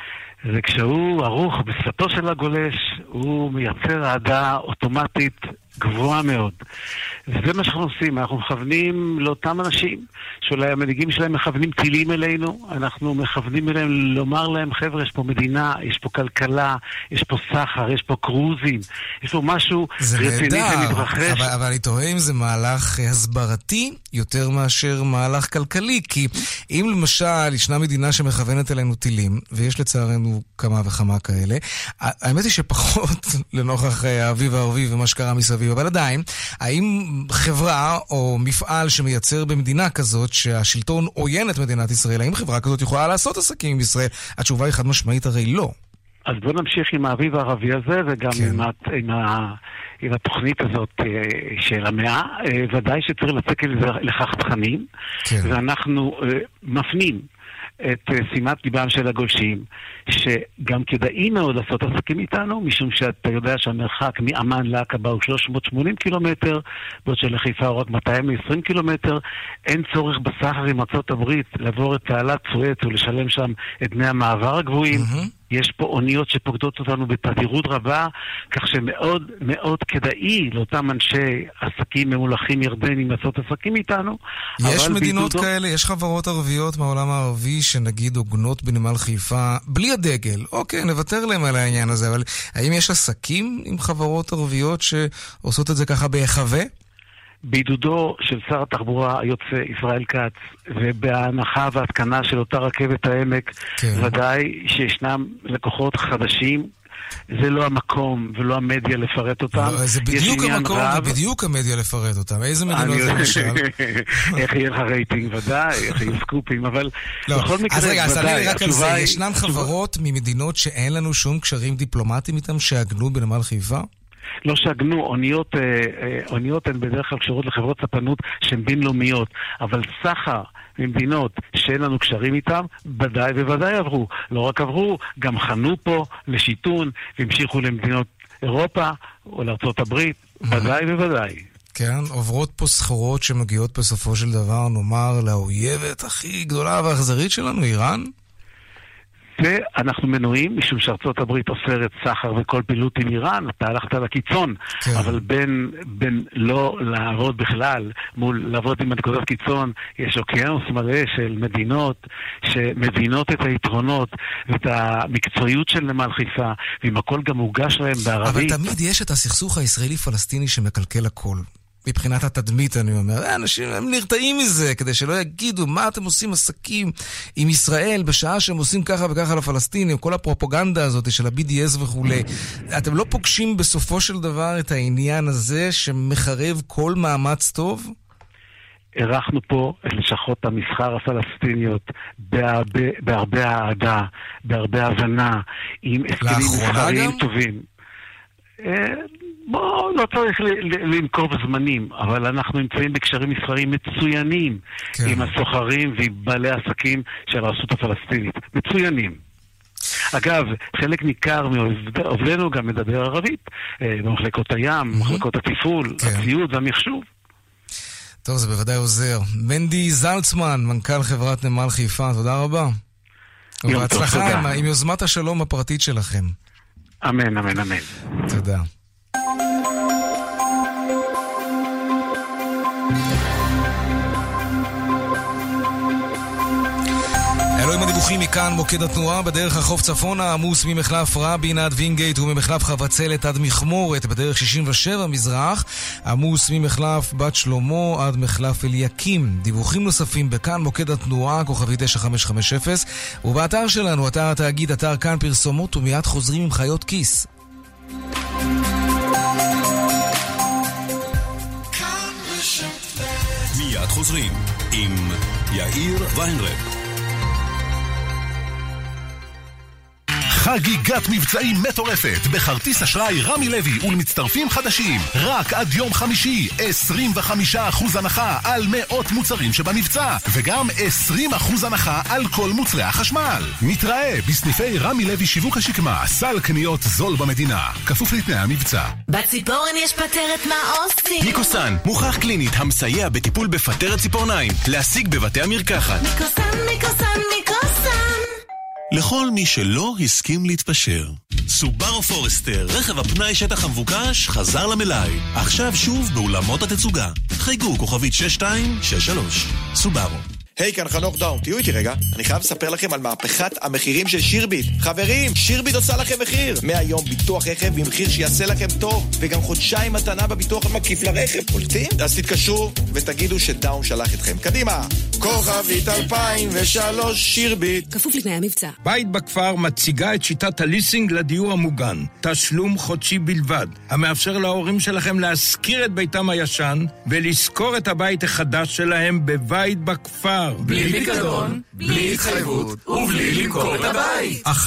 וכשהוא ערוך בשפתו של הגולש, הוא מייצר אהדה אוטומטית גבוהה מאוד. וזה מה שאנחנו עושים, אנחנו מכוונים לאותם אנשים, שאולי המנהיגים שלהם מכוונים טילים אלינו, אנחנו מכוונים אליהם לומר להם, חבר'ה, יש פה מדינה, יש פה כלכלה, יש פה סחר, יש פה קרוזים, יש פה משהו רציני ומתרחש. אבל אני תוהה אם זה מהלך הסברתי יותר מאשר מהלך כלכלי, כי אם למשל ישנה מדינה שמכוונת אלינו טילים, ויש לצערנו כמה וכמה כאלה, האמת היא שפחות לנוכח האביב הערבי ומה שקרה מסביב, אבל עדיין, האם חברה או מפעל שמייצר במדינה כזאת שהשלטון עוין את מדינת ישראל, האם חברה כזאת יכולה לעשות עסקים עם ישראל? התשובה היא חד משמעית הרי לא. אז בוא נמשיך עם האביב הערבי הזה וגם כן. עם התוכנית הזאת של המאה. ודאי שצריך לצק לכך תכנים, כן. ואנחנו מפנים את שימת ליבם של הגולשים, שגם כדאי מאוד לעשות עסקים איתנו, משום שאתה יודע שהמרחק מאמן לעקבה הוא 380 קילומטר, בעוד שלחיפה הוא רק 220 קילומטר, אין צורך בסחר עם ארצות הברית לעבור את תעלת סואץ ולשלם שם את דמי המעבר הגבוהים. יש פה אוניות שפוקדות אותנו בתדירות רבה, כך שמאוד מאוד כדאי לאותם אנשי עסקים ממולכים ירדנים לעשות עסקים איתנו. יש מדינות כאלה, יש חברות ערביות מהעולם הערבי שנגיד עוגנות בנמל חיפה בלי הדגל. אוקיי, נוותר להם על העניין הזה, אבל האם יש עסקים עם חברות ערביות שעושות את זה ככה בהיחווה? בעידודו של שר התחבורה היוצא ישראל כץ, ובהנחה והתקנה של אותה רכבת העמק, כן. ודאי שישנם לקוחות חדשים, זה לא המקום ולא המדיה לפרט אותם. לא, זה בדיוק המקום ובדיוק המדיה לפרט אותם. איזה מדינות זה משל? איך יהיה לך רייטינג, ודאי, איך יהיו סקופים, אבל לא. בכל מקרה, אז רגע, אז אני רק על זה, ישנן חברות ממדינות שאין לנו שום קשרים דיפלומטיים איתם שעגנו בנמל חיפה? לא שגנו, אוניות הן בדרך כלל קשרות לחברות ספנות שהן בינלאומיות, אבל סחר ממדינות שאין לנו קשרים איתם, ודאי עברו. לא רק עברו, גם חנו פה לשיטון, והמשיכו למדינות אירופה או לארצות הברית, ודאי. כן, עוברות פה סחורות שמגיעות בסופו של דבר, נאמר, לאויבת הכי גדולה והאכזרית שלנו, איראן? ואנחנו מנועים, משום שארצות הברית אוסרת סחר וכל פעילות עם איראן, אתה הלכת לקיצון, כן. אבל בין לא לעבוד בכלל, מול לעבוד עם הנקודות קיצון, יש אוקיינוס מלא של מדינות שמבינות את היתרונות ואת המקצועיות של נמל חיפה, ועם הכל גם מוגש להם בערבית. אבל תמיד יש את הסכסוך הישראלי-פלסטיני שמקלקל הכל. מבחינת התדמית, אני אומר, אנשים הם נרתעים מזה, כדי שלא יגידו מה אתם עושים עסקים עם ישראל, בשעה שהם עושים ככה וככה לפלסטינים, כל הפרופוגנדה הזאת של ה-BDS וכו'. אתם לא פוגשים בסופו של דבר את העניין הזה שמחרב כל מאמץ טוב? ערכנו פה את לשכות המסחר הפלסטיניות בהרבה העדה, בהרבה הבנה, עם הסכמים מסחריים טובים. בוא, לא צריך לנקוב זמנים, אבל אנחנו נמצאים בקשרים מסחריים מצוינים עם הסוחרים ועם בעלי העסקים של הרשות הפלסטינית. מצוינים. אגב, חלק ניכר מעובדנו גם מדבר ערבית, במחלקות הים, מחלקות התפעול, הציוד והמחשוב. טוב, זה בוודאי עוזר. מנדי זלצמן, מנכ"ל חברת נמל חיפה, תודה רבה. ובהצלחה עם יוזמת השלום הפרטית שלכם. אמן, אמן, אמן. תודה. אלו עם הדיווחים מכאן מוקד התנועה. בדרך החוף צפונה עמוס ממחלף רבין עד וינגייט וממחלף חבצלת עד מכמורת. בדרך 67 מזרח עמוס ממחלף בת שלמה עד מחלף אליקים. דיווחים נוספים בכאן מוקד התנועה כוכבי 9550 ובאתר שלנו, אתר התאגיד, אתר כאן פרסומות, ומיד חוזרים עם חיות כיס. מיד חוזרים עם יאיר ויינרב. חגיגת מבצעים מטורפת בכרטיס אשראי רמי לוי ולמצטרפים חדשים. רק עד יום חמישי 25% הנחה על מאות מוצרים שבמבצע, וגם 20% הנחה על כל מוצרי החשמל. נתראה בסניפי רמי לוי שיווק השקמה, סל קניות זול במדינה, כפוף לתנאי המבצע. בציפורן יש פטרת מה עושים? מיקוסן, מוכח קלינית המסייע בטיפול בפטרת ציפורניים, להשיג בבתי המרקחת. מיקוסן לכל מי שלא הסכים להתפשר. סובארו פורסטר, רכב הפנאי שטח המבוקש, חזר למלאי. עכשיו שוב באולמות התצוגה. חייגו כוכבית 6263. סובארו. היי, כאן חנוך דאון, תהיו איתי רגע. אני חייב לספר לכם על מהפכת המחירים של שירביט. חברים, שירביט עושה לכם מחיר. מהיום ביטוח רכב במחיר שיעשה לכם טוב, וגם חודשיים מתנה בביטוח המקיף לרכב. קולטים? אז תתקשרו ותגידו שדאון שלח אתכם. קדימה, כוכבית 2003 שירביט. כפוף לתנאי המבצע. בית בכפר מציגה את שיטת הליסינג לדיור המוגן. תשלום חודשי בלבד, המאפשר להורים שלכם להשכיר את ביתם הישן ולזכור את הבית החדש שלהם בבית בכפר. בלי פיקדון, בלי התחייבות ובלי למכור את הבית. 1-830-7070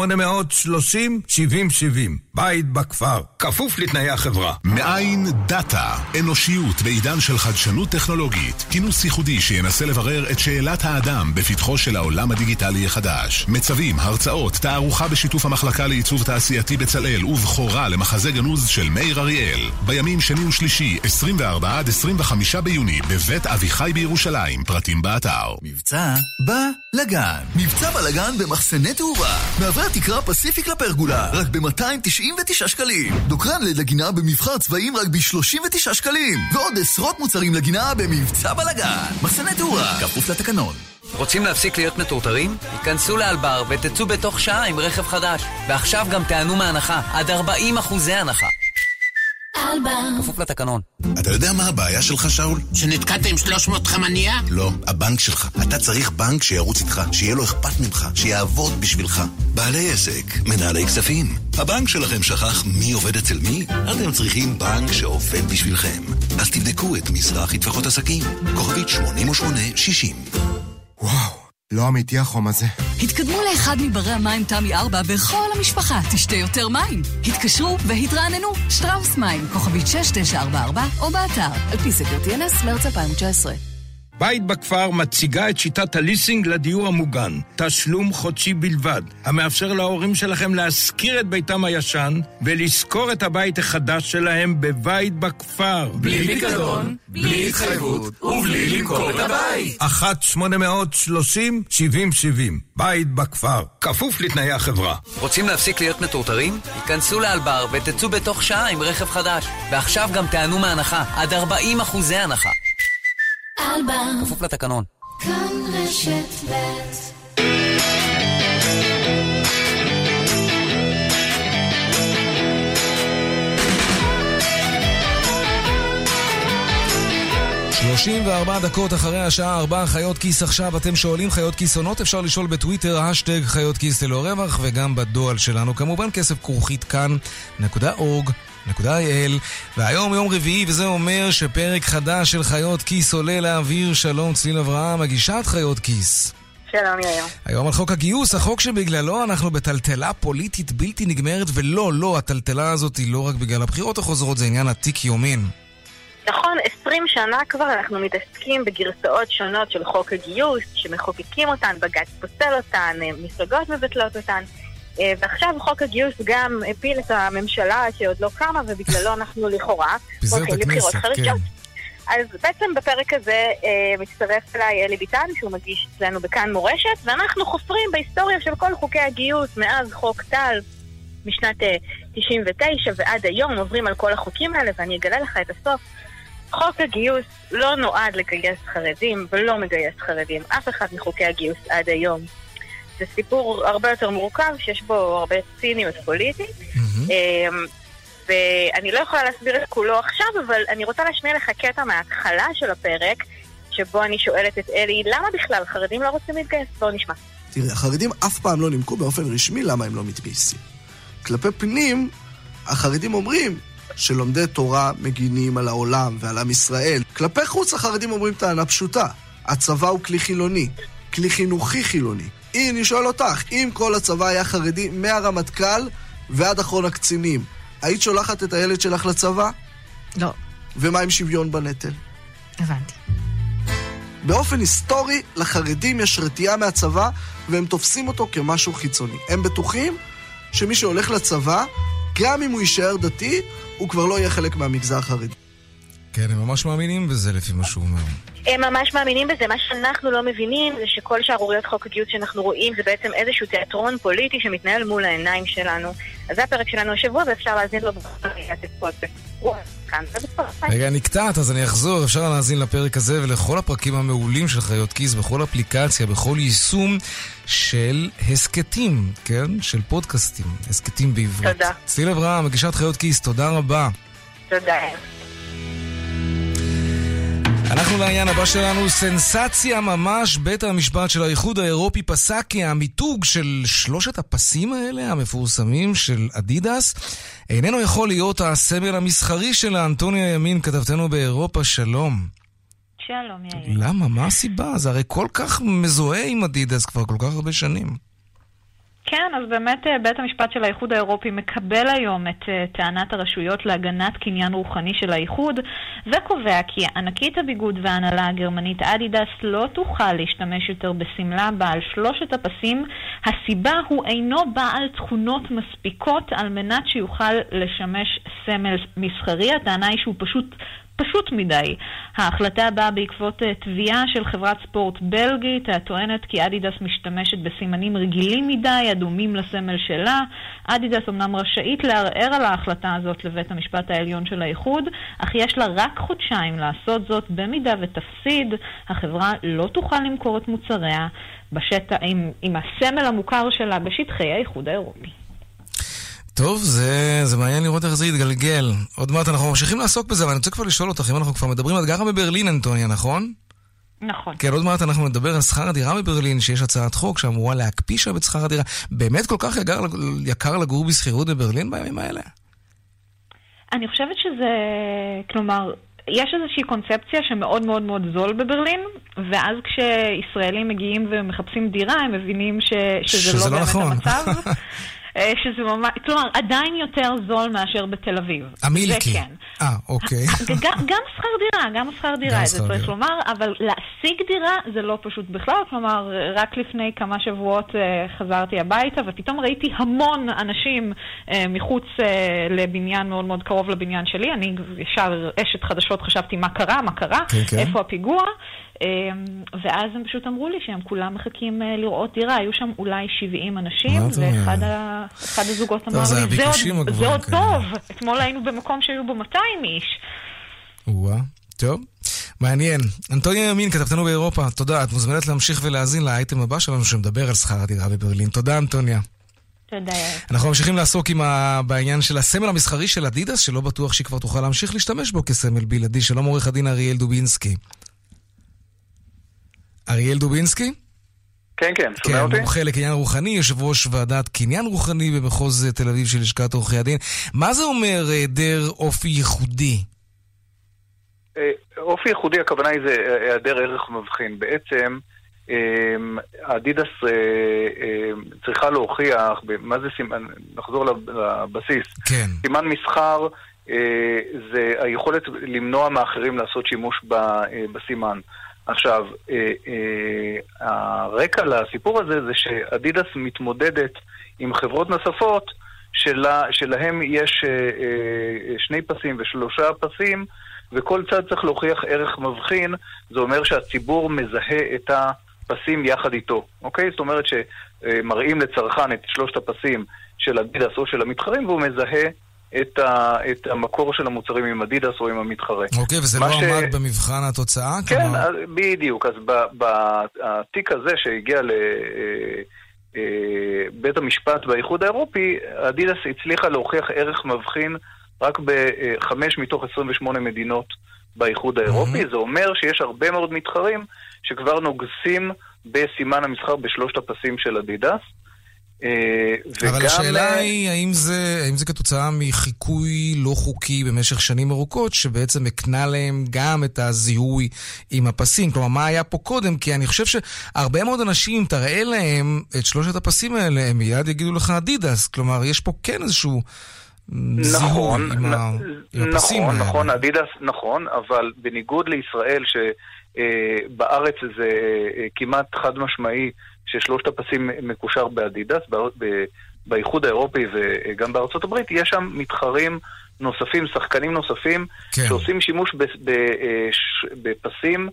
בית בכפר, כפוף לתנאי החברה. מאין דאטה, אנושיות בעידן של חדשנות טכנולוגית. כינוס ייחודי שינסה לברר את שאלת האדם בפתחו של העולם הדיגיטלי החדש. מצבים, הרצאות, תערוכה בשיתוף המחלקה לעיצוב תעשייתי בצלאל ובחורה למחזה גנוז של מאיר אריאל. בימים שני ושלישי 24 עד 25 ביוני בבית אביחי בירושלים. פרטים באתר. מבצע בלגן. מבצע בלגן במחסני תאורה. מעברי התקרה פסיפיק לפרגולה רק ב-299 שקלים. דוקרן לגינה במבחר צבעים רק ב-39 שקלים. ועוד עשרות מוצרים לגינה במבצע בלגן. מחסני תאורה, כפוף לתקנון. רוצים להפסיק להיות מטורטרים? היכנסו לאלבר ותצאו בתוך שעה עם רכב חדש. ועכשיו גם תענו מהנחה, עד 40% הנחה. כפוף לתקנון. אתה יודע מה הבעיה שלך, שאול? שנתקעת עם 300 חמניה? לא, הבנק שלך. אתה צריך בנק שירוץ איתך, שיהיה לו אכפת ממך, שיעבוד בשבילך. בעלי עסק, מנהלי כספים. הבנק שלכם שכח מי עובד אצל מי? אתם צריכים בנק שעובד בשבילכם. אז תבדקו את מזרחי טפחות עסקים. כוכבית 8860. וואו, לא אמיתי החום הזה. התקדמו לאחד מברי המים תמי 4 בכל המשפחה. תשתה יותר מים. התקשרו והתרעננו. שטראוס מים, כוכבית 6944 או באתר. על פי סקר TNS, מרץ 2019. בית בכפר מציגה את שיטת הליסינג לדיור המוגן. תשלום חודשי בלבד, המאפשר להורים שלכם להשכיר את ביתם הישן ולזכור את הבית החדש שלהם בבית בכפר. בלי פיקדון, בלי התחייבות ובלי למכור את הבית. 1-830-7070. בית בכפר, כפוף לתנאי החברה. רוצים להפסיק להיות מטורטרים? היכנסו לאלבר ותצאו בתוך שעה עם רכב חדש. ועכשיו גם תענו מהנחה, עד 40% הנחה. אלבר. כפוף לתקנון. כאן רשת ב'. 34 דקות אחרי השעה 4, חיות כיס עכשיו. אתם שואלים חיות כיסונות, אפשר לשאול בטוויטר, השטג חיות כיס ללא רווח, וגם בדואל שלנו, כמובן כסף כרוכית כאן.org.il. והיום יום רביעי, וזה אומר שפרק חדש של חיות כיס עולה לאוויר. שלום צליל אברהם, מגישת חיות כיס. שלום יאיר. היום על חוק הגיוס, החוק שבגללו אנחנו בטלטלה פוליטית בלתי נגמרת, ולא, הטלטלה הזאת היא לא רק בגלל הבחירות החוזרות, זה עניין עתיק יומין. נכון, 20 שנה כבר אנחנו מתעסקים בגרסאות שונות של חוק הגיוס, שמחוקקים אותן, בג"ץ פוסל אותן, מפלגות מבטלות אותן, ועכשיו חוק הגיוס גם הפיל את הממשלה שעוד לא קמה, ובגללו אנחנו לכאורה הולכים לבחירות חדשות. אז בעצם בפרק הזה מצטרף אליי אלי ביטן, שהוא מגיש אצלנו בכאן מורשת, ואנחנו חופרים בהיסטוריה של כל חוקי הגיוס, מאז חוק טל, משנת 99 ועד היום, עוברים על כל החוקים האלה, ואני אגלה לך את הסוף. חוק הגיוס לא נועד לגייס חרדים ולא מגייס חרדים, אף אחד מחוקי הגיוס עד היום. זה סיפור הרבה יותר מורכב, שיש בו הרבה ציניות פוליטית, ואני לא יכולה להסביר את כולו עכשיו, אבל אני רוצה להשמיע לך קטע מההתחלה של הפרק, שבו אני שואלת את אלי, למה בכלל חרדים לא רוצים להתגייס? בואו נשמע. תראה, החרדים אף פעם לא נימקו באופן רשמי למה הם לא מתגייסים. כלפי פנים, החרדים אומרים שלומדי תורה מגינים על העולם ועל עם ישראל. כלפי חוץ החרדים אומרים טענה פשוטה, הצבא הוא כלי חילוני, כלי חינוכי חילוני. אני שואל אותך, אם כל הצבא היה חרדי מהרמטכ"ל ועד אחרון הקצינים, היית שולחת את הילד שלך לצבא? לא. ומה עם שוויון בנטל? הבנתי. באופן היסטורי, לחרדים יש רתיעה מהצבא, והם תופסים אותו כמשהו חיצוני. הם בטוחים שמי שהולך לצבא, גם אם הוא יישאר דתי, הוא כבר לא יהיה חלק מהמגזר החרדי. כן, הם ממש מאמינים בזה לפי מה שהוא אומר. הם ממש מאמינים בזה. מה שאנחנו לא מבינים זה שכל שערוריות חוק הגיוס שאנחנו רואים זה בעצם איזשהו תיאטרון פוליטי שמתנהל מול העיניים שלנו. אז זה הפרק שלנו השבוע ואפשר להזין לו רגע, נקטעת, אז אני אחזור. אפשר להזין לפרק הזה ולכל הפרקים המעולים של חיות כיס, בכל אפליקציה, בכל יישום של הסקטים, כן? של פודקאסטים, הסקטים בעברית. תודה. צליל אברהם, מגישת חיות כיס, תודה רבה. תודה. אנחנו לעניין הבא שלנו, סנסציה ממש. בית המשפט של האיחוד האירופי פסק כי המיתוג של שלושת הפסים האלה המפורסמים של אדידס איננו יכול להיות הסמל המסחרי שלה. אנטוניה ימין, כתבתנו באירופה, שלום. שלום יאיר. למה? מה הסיבה? זה הרי כל כך מזוהה עם אדידס כבר כל כך הרבה שנים. כן, אז באמת בית המשפט של האיחוד האירופי מקבל היום את טענת הרשויות להגנת קניין רוחני של האיחוד, וקובע כי ענקית הביגוד וההנהלה הגרמנית אדידס לא תוכל להשתמש יותר בסמלה בעל שלושת הפסים. הסיבה הוא אינו בעל תכונות מספיקות על מנת שיוכל לשמש סמל מסחרי. הטענה היא שהוא פשוט מדי. ההחלטה באה בעקבות תביעה של חברת ספורט בלגית, הטוענת כי אדידס משתמשת בסימנים רגילים מדי, הדומים לסמל שלה. אדידס אמנם רשאית לערער על ההחלטה הזאת לבית המשפט העליון של האיחוד, אך יש לה רק חודשיים לעשות זאת. במידה ותפסיד, החברה לא תוכל למכור את מוצריה עם הסמל המוכר שלה בשטחי האיחוד האירופי. טוב, זה מעניין לראות איך זה יתגלגל. עוד מעט אנחנו ממשיכים לעסוק בזה, אבל אני רוצה כבר לשאול אותך, אם אנחנו כבר מדברים, את גרה בברלין, אנטוניה, נכון? נכון. כן, עוד מעט אנחנו נדבר על שכר הדירה בברלין, שיש הצעת חוק שאמורה להקפיא שם את שכר הדירה. באמת כל כך יקר לגור בשכירות בברלין בימים האלה? אני חושבת שזה, כלומר, יש איזושהי קונספציה שמאוד מאוד מאוד זול בברלין, ואז כשישראלים מגיעים ומחפשים דירה, הם מבינים שזה לא באמת המצב. שזה ממש, כלומר, עדיין יותר זול מאשר בתל אביב. המילקי. כן. אוקיי. גם שכר דירה, זה צריך לומר, אבל להשיג דירה זה לא פשוט בכלל, כלומר, רק לפני כמה שבועות חזרתי הביתה, ופתאום ראיתי המון אנשים מחוץ לבניין מאוד מאוד קרוב לבניין שלי, אני ישר אשת חדשות חשבתי מה קרה, איפה הפיגוע, ואז הם פשוט אמרו לי שהם כולם מחכים לראות דירה, היו שם אולי 70 אנשים, ואחד הזוגות אמר לי, זה עוד טוב, אתמול היינו במקום שהיו בו 200 איש. טוב, מעניין. אנטוניה ימין, כתבתנו באירופה, תודה, את מוזמנת להמשיך ולהאזין לאייטם הבא שלנו שמדבר על שכר הדירה בברלין. תודה אנטוניה. תודה. אנחנו ממשיכים לעסוק בעניין של הסמל המסחרי של אדידס, שלא בטוח שהיא כבר תוכל להמשיך להשתמש בו כסמל בלעדי. שלום עורך הדין אריאל דובינסקי. אריאל דובינסקי? כן, שומע אותי? מומחה לקניין רוחני, יושב ראש ועדת קניין רוחני במחוז תל אביב של לשכת עורכי הדין. מה זה אומר היעדר אופי ייחודי? אופי ייחודי, הכוונה היא זה היעדר ערך מבחין. בעצם, אדידס צריכה להוכיח, מה זה סימן, נחזור לבסיס. כן. סימן מסחר זה היכולת למנוע מאחרים לעשות שימוש בסימן. עכשיו, הרקע לסיפור הזה זה שאדידס מתמודדת עם חברות נוספות שלהם יש 2 פסים ו3 פסים, וכל צד צריך להוכיח ערך מבחין. זה אומר שהציבור מזהה את הפסים יחד איתו, אוקיי? זאת אומרת שמראים לצרכן את 3 הפסים של אדידס או של המתחרים, והוא מזהה את המקור של המוצרים עם אדידס או עם המתחרה. אוקיי, וזה לא עמד במבחן התוצאה? כן, בדיוק. אז בתיק הזה שהגיע לבית המשפט באיחוד האירופי, אדידס הצליחה להוכיח ערך מבחין רק ב5 מתוך 28 מדינות באיחוד האירופי. זה אומר שיש הרבה מאוד מתחרים שכבר נוגסים בסימן המסחר ב3 הפסים של אדידס. אבל השאלה היא, האם זה כתוצאה מחיקוי לא חוקי במשך שנים ארוכות, שבעצם הקנה להם גם את הזיהוי עם הפסים? כלומר, מה היה פה קודם? כי אני חושב שהרבה מאוד אנשים, תראה להם את 3 הפסים האלה, הם מיד יגידו לך אדידס. כלומר, יש פה כן איזשהו זיהוי עם הפסים האלה. נכון, אדידס, נכון, אבל בניגוד לישראל, שבארץ זה כמעט חד משמעי, ש3 הפסים מקושר באדידס, באיחוד האירופי וגם בארצות הברית, יש שם מתחרים נוספים, שחקנים נוספים, שעושים שימוש בפסים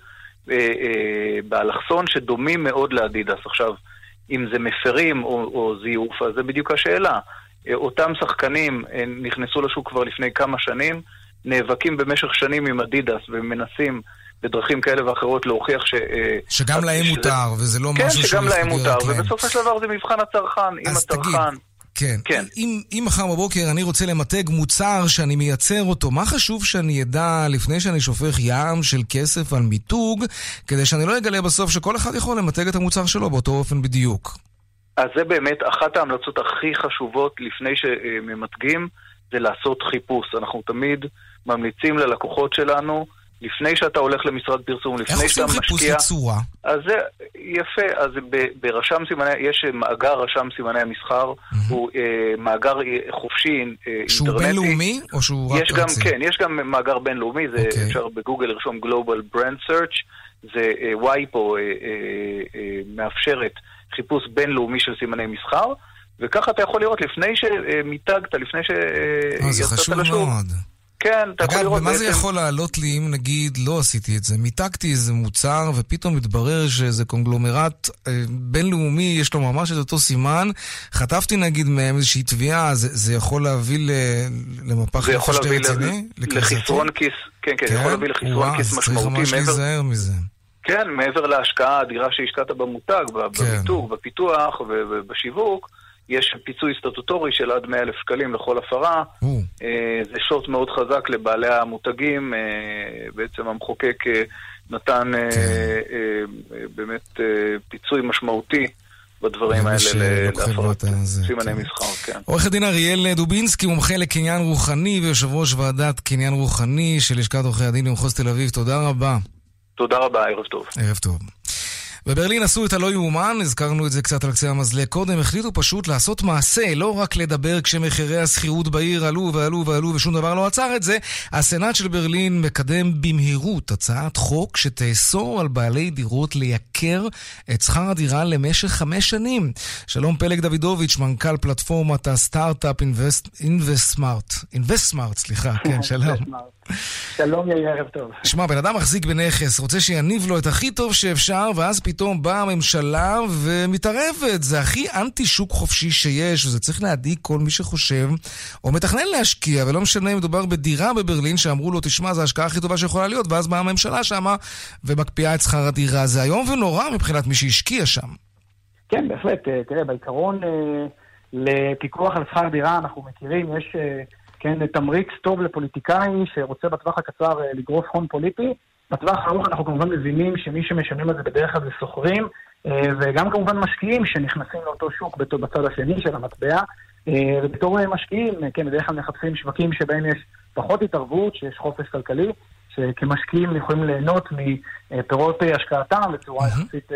באלכסון שדומים מאוד לאדידס. עכשיו, אם זה מפרים או זיוף, אז זה בדיוק השאלה. אותם שחקנים נכנסו לשוק כבר לפני כמה שנים, נאבקים במשך שנים עם אדידס ומנסים בדרכים כאלה ואחרות להוכיח שגם להם מותר, וזה לא משהו שגם להם מותר, ובסופו של דבר זה מבחן הצרכן. אז תגיד, אם מחר בבוקר אני רוצה למתג מוצר שאני מייצר אותו, מה חשוב שאני ידע לפני שאני שופך ים של כסף על מיתוג, כדי שאני לא אגלה בסוף שכל אחד יכול למתג את המוצר שלו באותו אופן בדיוק? אז זה באמת אחת ההמלצות הכי חשובות לפני שממתגים, זה לעשות חיפוש. אנחנו תמיד ממליצים ללקוחות שלנו, לפני שאתה הולך למשרד פרסום, לפני שאתה משקיע... איך עושים חיפוש לצורה? אז זה יפה, אז ברשם סימני, יש מאגר רשם סימני המסחר, הוא מאגר חופשי, אינטרנטי. שהוא בינלאומי או שהוא רק ארצי? כן, יש גם מאגר בינלאומי, זה אפשר בגוגל לרשום Global Brand Search, זה וייפו מאפשרת חיפוש בינלאומי של סימני מסחר, וככה אתה יכול לראות לפני שמיתגת, לפני שיצאת לשוק. זה חשוב מאוד. כן, אתה יכול לראות בעצם... ומה זה יכול לעלות לי אם נגיד לא עשיתי את זה? מיתגתי איזה מוצר ופתאום מתברר שזה קונגלומרט בינלאומי, יש לו ממש את אותו סימן, חטפתי נגיד מהם איזושהי תביעה, זה יכול להביא למפח נפש די רציני? לחיסרון כיס, כן, יכול להביא לחיסרון כיס משמעותי. צריך ממש להיזהר מזה. כן, מעבר להשקעה האדירה שהשקעת במותג, במיתוג, בפיתוח ובשיווק, יש פיצוי סטטוטורי של עד 100,000 שקלים לכל הפרה. זה שוט מאוד חזק לבעלי המותגים. בעצם המחוקק נתן באמת פיצוי משמעותי בדברים האלה להפרת סימני מסחר. עורך הדין אריאל דובינסקי, מומחה לקניין רוחני ויושב ראש ועדת קניין רוחני של לשכת עורכי הדין במחוז תל אביב. תודה רבה. תודה רבה, ערב טוב. ערב טוב. בברלין עשו את הלא יאומן, הזכרנו את זה קצת על קצה המזלג קודם, החליטו פשוט לעשות מעשה, לא רק לדבר כשמחירי השכירות בעיר עלו ועלו ועלו ושום דבר לא עצר את זה. הסנאט של ברלין מקדם במהירות הצעת חוק שתאסור על בעלי דירות לייקר את שכר הדירה למשך 5 שנים. שלום פלג דוידוביץ', מנכ"ל פלטפורמת הסטארט-אפ InvestSmart, סליחה, כן, שלום. שלום יאיר, ערב טוב. שמע, בן אדם מחזיק בנכס, רוצה שיניב לו את הכי טוב שאפשר, ואז פתאום באה הממשלה ומתערבת. זה הכי אנטי שוק חופשי שיש, וזה צריך להדאיג כל מי שחושב או מתכנן להשקיע, ולא משנה אם מדובר בדירה בברלין שאמרו לו, תשמע, זה ההשקעה הכי טובה שיכולה להיות, ואז באה הממשלה שמה ומקפיאה את שכר הדירה. זה היום ונורא מבחינת מי שהשקיע שם. כן, בהחלט. תראה, בעיקרון לפיקוח על שכר דירה אנחנו מכירים, יש כן, תמריץ טוב לפוליטיקאי שרוצה בטווח הקצר לגרוף הון פוליטי. בטווח הארוך אנחנו כמובן מבינים שמי שמשלמים על זה בדרך כלל זה סוחרים, וגם כמובן משקיעים שנכנסים לאותו שוק בצד השני של המטבע, ובתור משקיעים, כן, בדרך כלל מחפשים שווקים שבהם יש פחות התערבות, שיש חופש כלכלי, שכמשקיעים יכולים ליהנות מפירות השקעתם בצורה יחסית,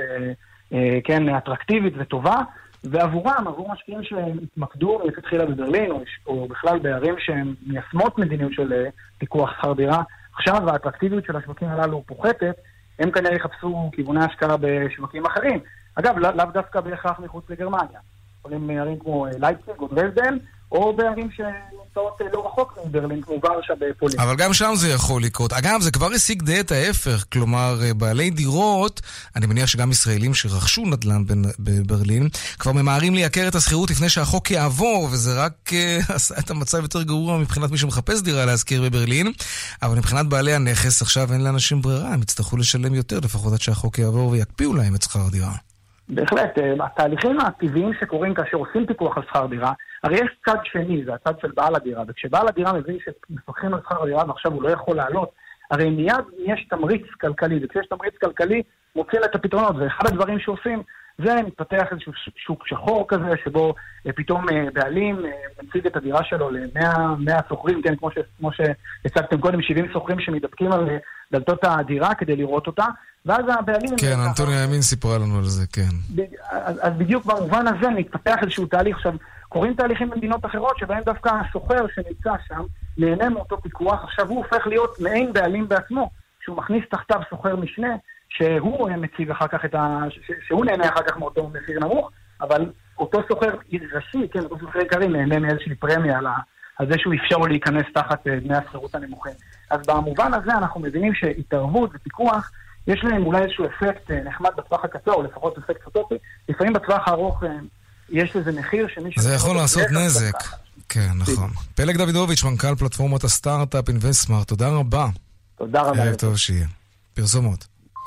כן, אטרקטיבית וטובה, ועבורם, עבור משקיעים שהתמקדו מלכתחילה בברלין, או בכלל בערים שהן מיישמות מדיניות של פיקוח שכר דירה, עכשיו האטרקטיביות של השווקים הללו פוחתת, הם כנראה יחפשו כיווני השקעה בשווקים אחרים. אגב, לאו דווקא בהכרח מחוץ לגרמניה. יכולים ערים כמו לייפציג או דרזדן, או בערים שנמצאות לא רחוק מברלין, כמו ורשה בפולין. אבל גם שם זה יכול לקרות. אגב, זה כבר השיג די את ההפך. כלומר, בעלי דירות, אני מניח שגם ישראלים שרכשו נדל"ן בברלין, כבר ממהרים לייקר את השכירות לפני שהחוק יעבור, וזה רק עשה את המצב יותר גרוע מבחינת מי שמחפש דירה להזכיר בברלין. אבל מבחינת בעלי הנכס, עכשיו אין לאנשים ברירה, הם יצטרכו לשלם יותר, לפחות עד שהחוק יעבור ויקפיאו להם את שכר הדירה. בהחלט, התהליכים הטבעיים שקורים כאשר עושים פיקוח על שכר דירה, הרי יש צד שני, זה הצד של בעל הדירה, וכשבעל הדירה מבין שמפקחים על שכר הדירה ועכשיו הוא לא יכול לעלות, הרי מיד יש תמריץ כלכלי, וכשיש תמריץ כלכלי מוצאים את הפתרונות, ואחד הדברים שעושים זה מתפתח איזשהו שוק שחור כזה, שבו פתאום בעלים מציג את הדירה שלו ל100 סוחרים, כן, כמו שהצגתם קודם, 70 סוחרים שמתדפקים על דלתות הדירה כדי לראות אותה, ואז הבעלים... כן, אנטוניה ימין סיפרה לנו על זה, כן. אז בדיוק במובן הזה מתפתח איזשהו תהליך. עכשיו, קוראים תהליכים במדינות אחרות שבהם דווקא הסוחר שנמצא שם נהנה מאותו פיקוח, עכשיו הוא הופך להיות מעין בעלים בעצמו, שהוא מכניס תחתיו סוחר משנה, שהוא מציג אחר כך שהוא נהנה אחר כך מאותו מחיר נמוך, אבל אותו סוחר ראשי, כן, אותו סוחר עיקרי נהנה מאיזושהי פרמיה על זה שהוא אפשר לו להיכנס תחת דמי השכירות הנמוכים. אז במובן הזה אנחנו מבינים שהתערבות ופיקוח יש להם אולי איזשהו אפקט נחמד בטווח הקצר, או לפחות אפקט סוטופי, לפעמים בטווח הארוך יש לזה מחיר שמי... זה יכול לעשות נזק. כן, נכון. פלג דוידוביץ', מנכ"ל פלטפורמת הסטארט-אפ InvestSmart, תודה רבה. תודה רבה. ערב טוב שיהיה. פרסומות.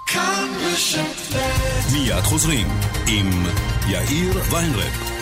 מיד חוזרים עם יאיר ויינרב.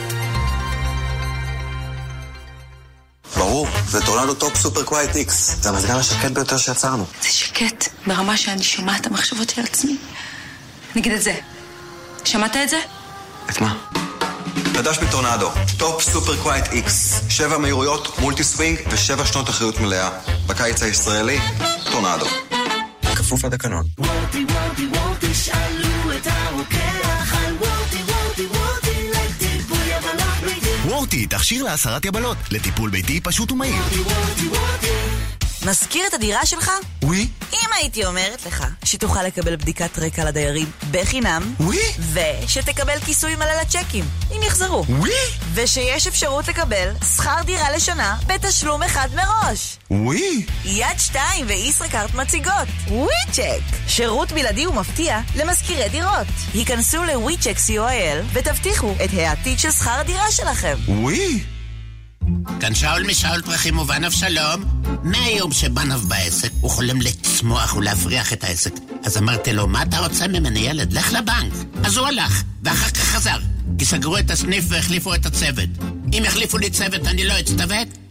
ברור, זה טורנדו טופ סופר קווייט איקס. זה המזגן השקט ביותר שיצרנו. זה שקט ברמה שאני שומעת את המחשבות של עצמי. נגיד את זה. שמעת את זה? את מה? חדש מטורנדו, טופ סופר קווייט איקס. 7 מהירויות, מולטי סווינג ו7 שנות אחריות מלאה. בקיץ הישראלי, טורנדו. כפוף לתקנון. וורטי וורטי וורטי שאלו את הרוקח על וורטי וורטי וורטי לטיפול יבלות ביתי. וורטי, תכשיר להסרת יבלות, לטיפול ביתי פשוט ומהיר. וורטי וורטי וורטי. מזכיר את הדירה שלך? ווי. אם הייתי אומרת לך שתוכל לקבל בדיקת רקע לדיירים בחינם, ווי. ושתקבל כיסוי מלא לצ'קים אם יחזרו, ווי. ושיש אפשרות לקבל שכר דירה לשנה בתשלום אחד מראש, ווי. יד 2 וישראכרט מציגות וויצ'ק, שירות בלעדי ומפתיע למזכירי דירות. היכנסו לוויצ'ק co.il ותבטיחו את העתיד של שכר הדירה שלכם. ווי. כאן שאול משאול פרחים ובנב שלום. מהיום שבנב בעסק הוא חולם לצמוח ולהפריח את העסק. אז אמרתי לו, מה אתה רוצה ממני ילד? לך לבנק. אז הוא הלך ואחר כך חזר, כי סגרו את הסניף והחליפו את הצוות. אם יחליפו לי צוות אני לא אצטוות,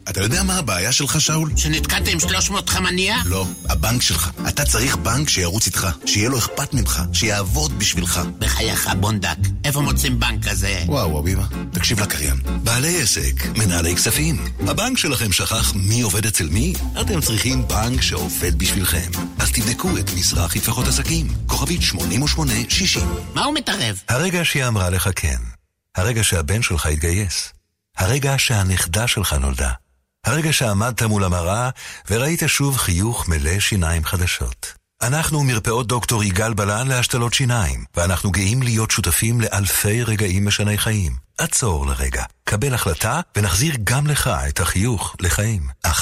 אתה יודע מה הבעיה שלך, שאול? שנתקעת עם 300 חמניה? לא, הבנק שלך. אתה צריך בנק שירוץ איתך, שיהיה לו אכפת ממך, שיעבוד בשבילך. בחייך בונדק, איפה מוצאים בנק כזה? וואו, אביבה, תקשיב לקריין. בעלי עסק, מנהלי כספים. הבנק שלכם שכח מי עובד אצל מי? אתם צריכים בנק שעובד בשבילכם. אז תבדקו את מזרחי טפחות עסקים, כוכבית 8860. מה הוא מתערב? הרגע שהיא אמרה לך כן. הרגע שהבן שלך התגייס. הרגע שהנכדה שלך נולדה. הרגע שעמדת מול המראה וראית שוב חיוך מלא שיניים חדשות. אנחנו מרפאות דוקטור יגאל בלן להשתלות שיניים, ואנחנו גאים להיות שותפים לאלפי רגעים משני חיים. עצור לרגע, קבל החלטה ונחזיר גם לך את החיוך לחיים. 1-800-302-301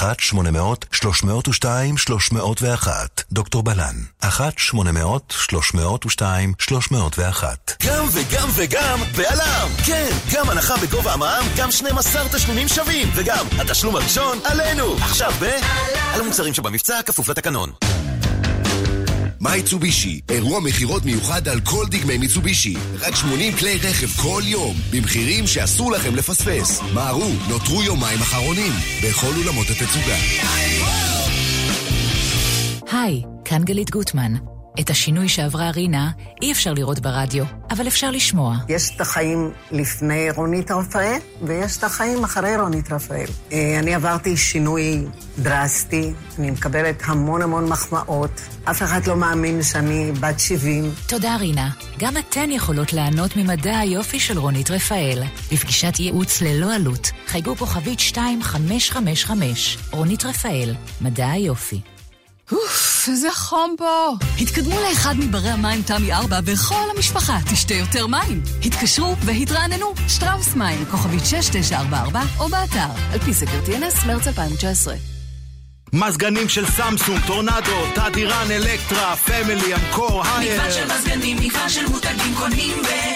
דוקטור בלן 1-800-302-301. גם וגם וגם בעלם. כן, גם הנחה בגובה המע"מ, גם 12 תשלומים שווים, וגם התשלום הראשון עלינו. עכשיו על המוצרים שבמבצע כפוף לתקנון. מיצובישי, אירוע מחירות מיוחד על כל דגמי מיצובישי. רק 80 כלי רכב כל יום, במחירים שאסור לכם לפספס. מהרו, נותרו יומיים אחרונים, בכל אולמות התצוגה. היי, כאן גלית גוטמן. את השינוי שעברה רינה אי אפשר לראות ברדיו, אבל אפשר לשמוע. יש את החיים לפני רונית רפאל, ויש את החיים אחרי רונית רפאל. אני עברתי שינוי דרסטי, אני מקבלת המון מחמאות. אף אחד לא מאמין שאני בת 70. תודה רינה. גם אתן יכולות ליהנות ממדע היופי של רונית רפאל. בפגישת ייעוץ ללא עלות, חייגו כוכבית 2555. רונית רפאל, מדע היופי. אוף, איזה חום פה. התקדמו לאחד מברי המים תמי 4 וכל המשפחה תשתה יותר מים. התקשרו והתרעננו. שטראוס מים, כוכבית 6944 או באתר, על פי סקר TNS מרץ 2019. מזגנים של סמסונג, טורנדו, תדירן, אלקטרה, פמילי, אמקור, הייר. מגוון של מזגנים, מגוון של מותגים קונים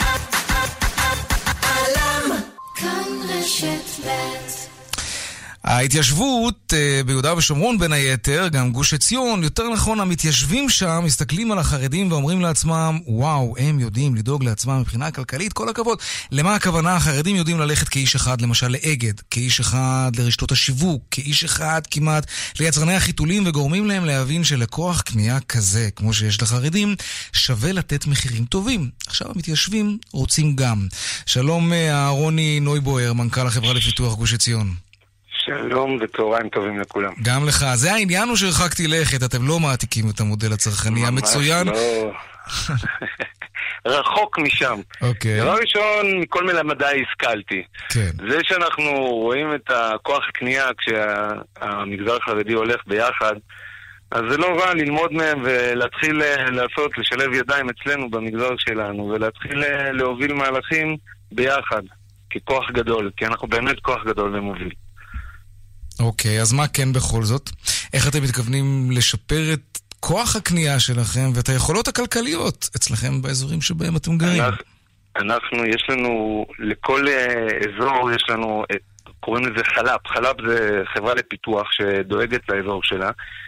בעלם. כאן רשת ב'. ההתיישבות ביהודה ושומרון בין היתר, גם גוש עציון, יותר נכון המתיישבים שם מסתכלים על החרדים ואומרים לעצמם, וואו, הם יודעים לדאוג לעצמם מבחינה כלכלית, כל הכבוד. למה הכוונה? החרדים יודעים ללכת כאיש אחד, למשל לאגד, כאיש אחד לרשתות השיווק, כאיש אחד כמעט ליצרני החיתולים, וגורמים להם להבין שלכוח קנייה כזה, כמו שיש לחרדים, שווה לתת מחירים טובים. עכשיו המתיישבים רוצים גם. שלום אהרוני נויבוהר, מנכ"ל החברה לפיתוח גוש עציון. שלום וצהריים טובים לכולם. גם לך. זה העניין הוא שהרחקתי לכת, אתם לא מעתיקים את המודל הצרכני המצוין. ממש לא. רחוק משם. אוקיי. דבר ראשון, מכל מלמדיי השכלתי. כן. זה שאנחנו רואים את הכוח הקנייה כשהמגזר החרדי הולך ביחד, אז זה לא רע ללמוד מהם ולהתחיל לשלב ידיים אצלנו במגזר שלנו, ולהתחיל להוביל מהלכים ביחד, ככוח גדול, כי אנחנו באמת כוח גדול ומוביל. אוקיי, אז מה כן בכל זאת? איך אתם מתכוונים לשפר את כוח הקנייה שלכם ואת היכולות הכלכליות אצלכם באזורים שבהם אתם גרים? אנחנו, יש לנו, לכל אזור יש לנו, קוראים לזה חל"פ. חל"פ זה חברה לפיתוח שדואגת לאזור שלה,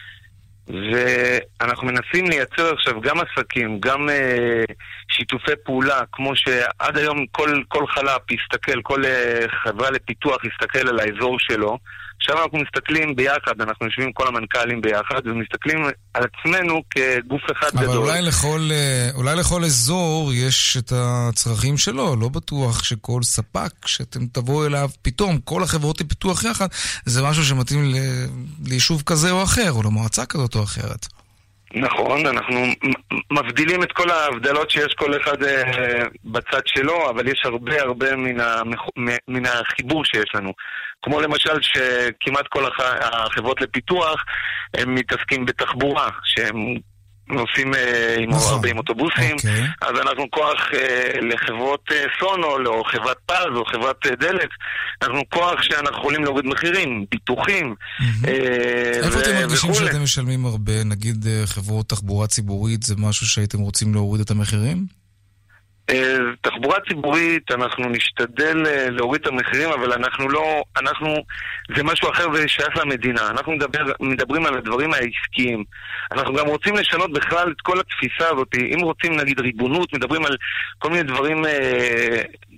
ואנחנו מנסים לייצר עכשיו גם עסקים, גם שיתופי פעולה, כמו שעד היום כל חל"פ יסתכל, כל חברה לפיתוח יסתכל על האזור שלו. עכשיו אנחנו מסתכלים ביחד, אנחנו יושבים כל המנכ"לים ביחד, ומסתכלים על עצמנו כגוף אחד אבל גדול. אבל אולי לכל אזור יש את הצרכים שלו, לא בטוח שכל ספק שאתם תבואו אליו פתאום, כל החברות לפיתוח יחד, זה משהו שמתאים ליישוב כזה או אחר, או למועצה כזאת או אחרת. נכון, אנחנו מבדילים את כל ההבדלות שיש כל אחד בצד שלו, אבל יש הרבה מן החיבור שיש לנו. כמו למשל שכמעט כל החברות לפיתוח הם מתעסקים בתחבורה, שהם נוסעים הרבה עם אוטובוסים, אז אנחנו כוח לחברות סונול או חברת פז או חברת דלק, אנחנו כוח שאנחנו יכולים להוריד מחירים, ביטוחים. איפה אתם מרגישים שאתם משלמים הרבה? נגיד חברות תחבורה ציבורית, זה משהו שהייתם רוצים להוריד את המחירים? תחבורה ציבורית, אנחנו נשתדל להוריד את המחירים, אבל זה משהו אחר ושייך למדינה. אנחנו מדברים על הדברים העסקיים. אנחנו גם רוצים לשנות בכלל את כל התפיסה הזאת. אם רוצים נגיד ריבונות, מדברים על כל מיני דברים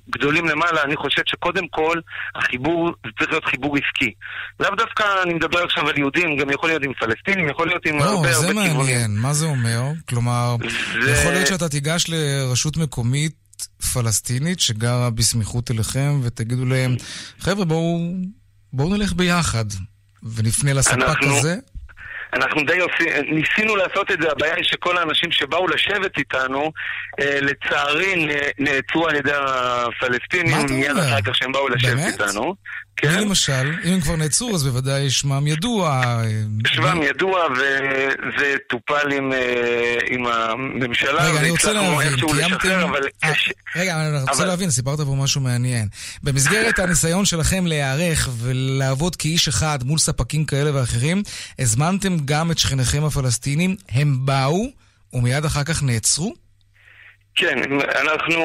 גדולים למעלה, אני חושב שקודם כל החיבור זה צריך להיות חיבור עסקי. לאו דווקא אני מדבר עכשיו על יהודים, גם יכול להיות עם פלסטינים, יכול להיות עם הרבה זה כיוונים. מעניין, מה זה אומר? כלומר, יכול להיות שאתה תיגש לרשות מקומית פלסטינית שגרה בסמיכות אליכם ותגידו להם, חבר'ה בואו נלך ביחד ונפנה לספק הזה. אנחנו די ניסינו לעשות את זה, הבעיה היא שכל האנשים שבאו לשבת איתנו, לצערי נעצרו על ידי הפלסטינים, מיד אחר כך שהם באו לשבת איתנו. מי למשל, אם הם כבר נעצרו, אז בוודאי שמם ידוע. שמם ידוע, וזה טופל עם הממשלה. רגע, אני רוצה להבין, אני רוצה להבין, סיפרת פה משהו מעניין. במסגרת הניסיון שלכם להיערך ולעבוד כאיש אחד מול ספקים כאלה ואחרים, הזמנתם גם את שכניכם הפלסטינים, הם באו ומיד אחר כך נעצרו? כן, אנחנו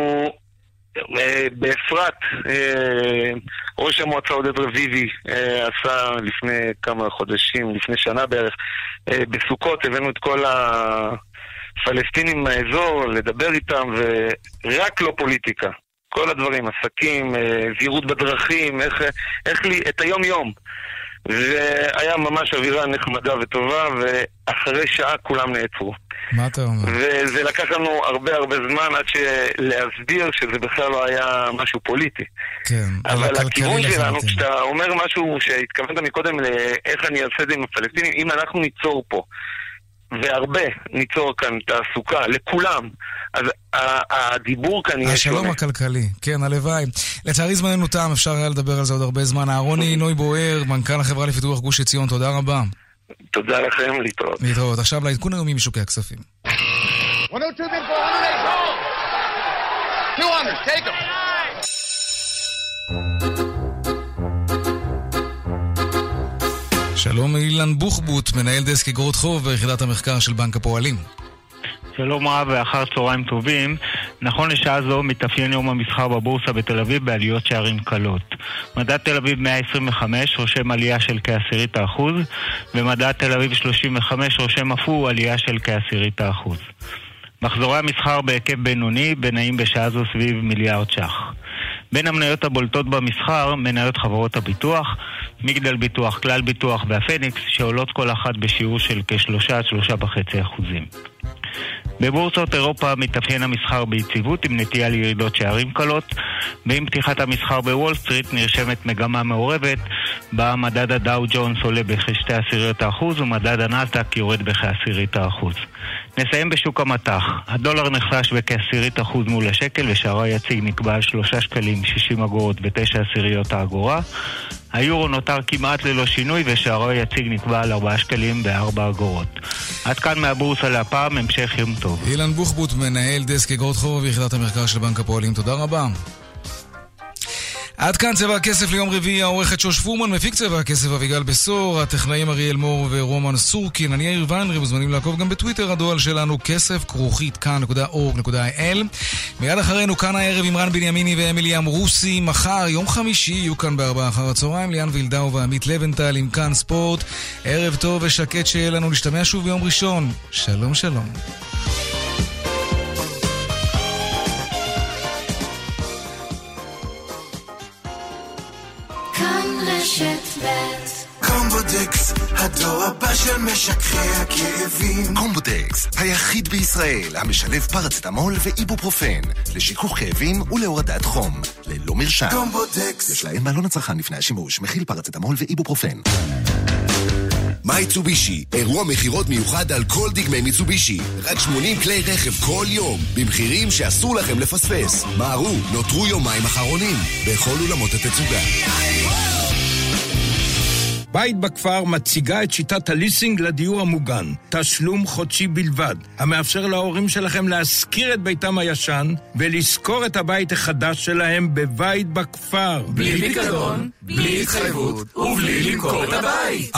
באפרת, ראש המועצה עודד רביבי עשה לפני כמה חודשים, לפני שנה בערך, בסוכות הבאנו את כל הפלסטינים מהאזור לדבר איתם, ורק לא פוליטיקה, כל הדברים, עסקים, זהירות בדרכים, איך את היום יום. והיה ממש אווירה נחמדה וטובה, ואחרי שעה כולם נעצרו. מה אתה אומר? וזה לקח לנו הרבה זמן עד להסביר שזה בכלל לא היה משהו פוליטי. כן, אבל הכיוון שלנו, כשאתה אומר משהו שהתכוונת מקודם לאיך אני אעשה את זה עם הפלסטינים, אם אנחנו ניצור פה, והרבה ניצור כאן תעסוקה לכולם, אז הדיבור כאן יהיה שונה. השלום הכלכלי, כן, הלוואי. לצערי זמננו תם, אפשר היה לדבר על זה עוד הרבה זמן. אהרוני נוי בוער, מנכ"ל החברה לפיתוח גוש עציון, תודה רבה. תודה לכם, להתראות. להתראות. עכשיו לעדכון היומי משוקי הכספים. 102 200, take them. שלום אילן בוחבוט, מנהל דסק אגרות חוב ביחידת המחקר של בנק הפועלים. שלום רב ואחר צהריים טובים. נכון לשעה זו מתאפיין יום המסחר בבורסה בתל אביב בעליות שערים קלות. מדד תל אביב 125 רושם עלייה של כ10%, ומדד תל אביב 35 רושם אף הוא עלייה של כ10%. מחזורי המסחר בהיקף בינוני בנעים בשעה זו סביב מיליארד ש"ח. בין המניות הבולטות במסחר, מניות חברות הביטוח, מגדל ביטוח, כלל ביטוח והפניקס, שעולות כל אחת בשיעור של כ3-3.5%. בבורסות אירופה מתאפיין המסחר ביציבות עם נטייה לירידות שערים קלות, ועם פתיחת המסחר בוול סטריט נרשמת מגמה מעורבת, בה מדד הדאו ג'ונס עולה בכ0.2% ומדד הנאסד"ק יורד בכ0.1%. נסיים בשוק המטח. הדולר נחלש בכ0.1% מול השקל, ושערו היציג נקבע על 3.60 האגורה. היורו נותר כמעט ללא שינוי, ושערו היציג נקבע על 4.04 אגורות. עד כאן מהבורסה להפעם, המשך יום טוב. אילן בוחבוט, מנהל דסק אגרות חוב ביחידת המחקר של בנק הפועלים, תודה רבה. עד כאן צבע הכסף ליום רביעי, העורכת שוש פורמן, מפיק צבע הכסף אביגל בסור, הטכנאים אריאל מור ורומן סורקין, אני יאיר ויינרי, מוזמנים לעקוב גם בטוויטר, הדואל שלנו כסף@כאן.org.il. מיד אחרינו כאן הערב עם רן בנימיני ואמילי אמרוסי, מחר יום חמישי יהיו כאן ב16:00 ליאן וילדאו ועמית לבנטל עם כאן ספורט. ערב טוב ושקט שיהיה לנו, להשתמע שוב ביום ראשון. שלום שלום. קומבודקס, הדור הבא של משככי הכאבים. קומבודקס, היחיד בישראל המשלב פרצטמול ואיבופרופן לשיכוך כאבים ולהורדת חום ללא מרשם. קומבודקס, יש להם מעלון הצרכן לפני השימוש, מכיל פרצטמול ואיבופרופן. מיצובישי, אירוע מחירות מיוחד על כל דגמי מיצובישי. רק 80 כלי רכב כל יום, במחירים שאסור לכם לפספס. מהרו, נותרו יומיים אחרונים, בכל אולמות התצוגה. בית בכפר מציגה את שיטת הליסינג לדיור המוגן. תשלום חודשי בלבד, המאפשר להורים שלכם להשכיר את ביתם הישן ולזכור את הבית החדש שלהם בבית בכפר. בלי פיקדון, בלי התחייבות ובלי למכור את הבית.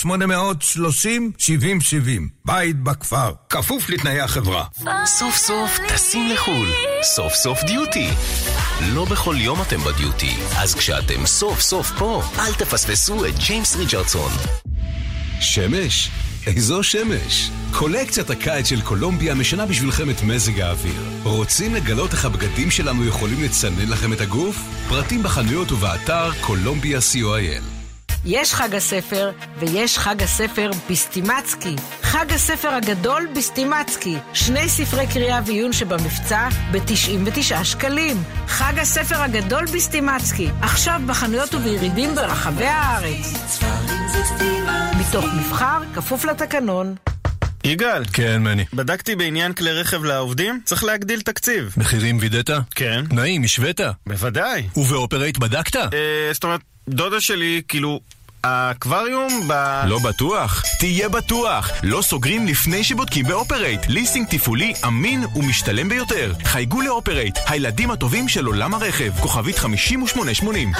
1-830-7070. בית בכפר, כפוף לתנאי החברה. סוף סוף טסים לחול. סוף סוף דיוטי. לא בכל יום אתם בדיוטי, אז כשאתם סוף סוף פה, אל תפספסו את ג'יימס ריצ'רדסון. שמש, איזו שמש! קולקציית הקיץ של קולומביה משנה בשבילכם את מזג האוויר. רוצים לגלות איך הבגדים שלנו יכולים לצנן לכם את הגוף? פרטים בחנויות ובאתר קולומביה co.il. יש חג הספר ויש חג הספר בסטימצקי. חג הספר הגדול בסטימצקי. 2 ספרי קריאה ועיון שבמבצע ב-99 שקלים. חג הספר הגדול בסטימצקי. עכשיו בחנויות ובירידים ברחבי הארץ. מתוך מבחר, כפוף לתקנון. יגאל. כן, מני. בדקתי בעניין כלי רכב לעובדים, צריך להגדיל תקציב. מחירים וידאת? כן. נעים, השווית? בוודאי. ובאופרייט בדקת? זאת אומרת, דודה שלי, כאילו, האקווריום לא בטוח? תהיה בטוח. לא סוגרים לפני שבודקים באופרייט. ליסינג תפעולי אמין ומשתלם ביותר. חייגו לאופרייט, הילדים הטובים של עולם הרכב. כוכבית 5880.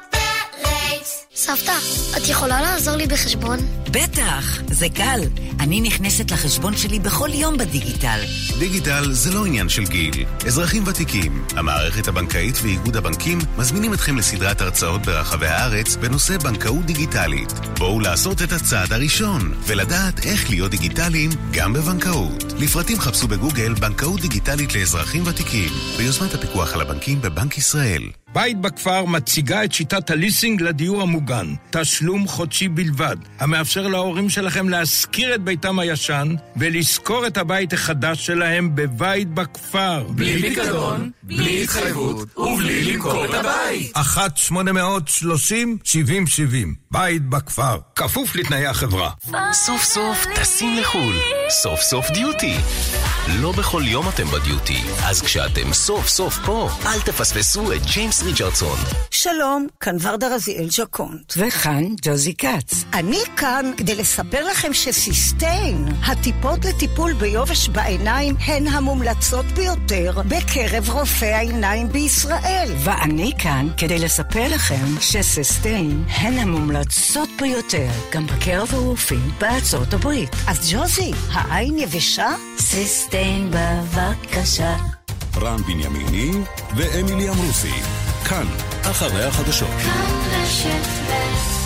סבתא, את יכולה לעזור לי בחשבון? בטח, זה קל. אני נכנסת לחשבון שלי בכל יום בדיגיטל. דיגיטל זה לא עניין של גיל. אזרחים ותיקים, המערכת הבנקאית ואיגוד הבנקים מזמינים אתכם לסדרת הרצאות ברחבי הארץ בנושא בנקאות דיגיטלית. בואו לעשות את הצעד הראשון ולדעת איך להיות דיגיטליים גם בבנקאות. לפרטים חפשו בגוגל בנקאות דיגיטלית לאזרחים ותיקים ביוזמת הפיקוח על הבנקים בבנק ישראל. בית בכפר מציגה את שיטת הליסינג לדיור המוגן. תשלום חודשי בלבד, המאפשר להורים שלכם להשכיר את ביתם הישן ולזכור את הבית החדש שלהם בבית בכפר. בלי פיקדון, בלי התחייבות ובלי למכור את הבית. 1-830-70-70. בית בכפר, כפוף לתנאי החברה. סוף סוף טסים לחול. סוף סוף דיוטי. לא בכל יום אתם בדיוטי, אז כשאתם סוף סוף פה, אל תפספסו את ג'יימס ריצ'רדסון. שלום, כאן ורדה רזיאל ג'קונט. וכאן ג'וזי קאץ. אני כאן כדי לספר לכם שסיסטיין, הטיפות לטיפול ביובש בעיניים, הן המומלצות ביותר בקרב רופאי העיניים בישראל. ואני כאן כדי לספר לכם שסיסטיין הן המומלצות ביותר, גם בקרב הרופאים בארצות הברית. אז ג'וזי, העין יבשה? סיסטיין בבקשה. רן בנימיני ואמילי אמרוסי, כאן אחרי החדשות. כאן רשת ב'.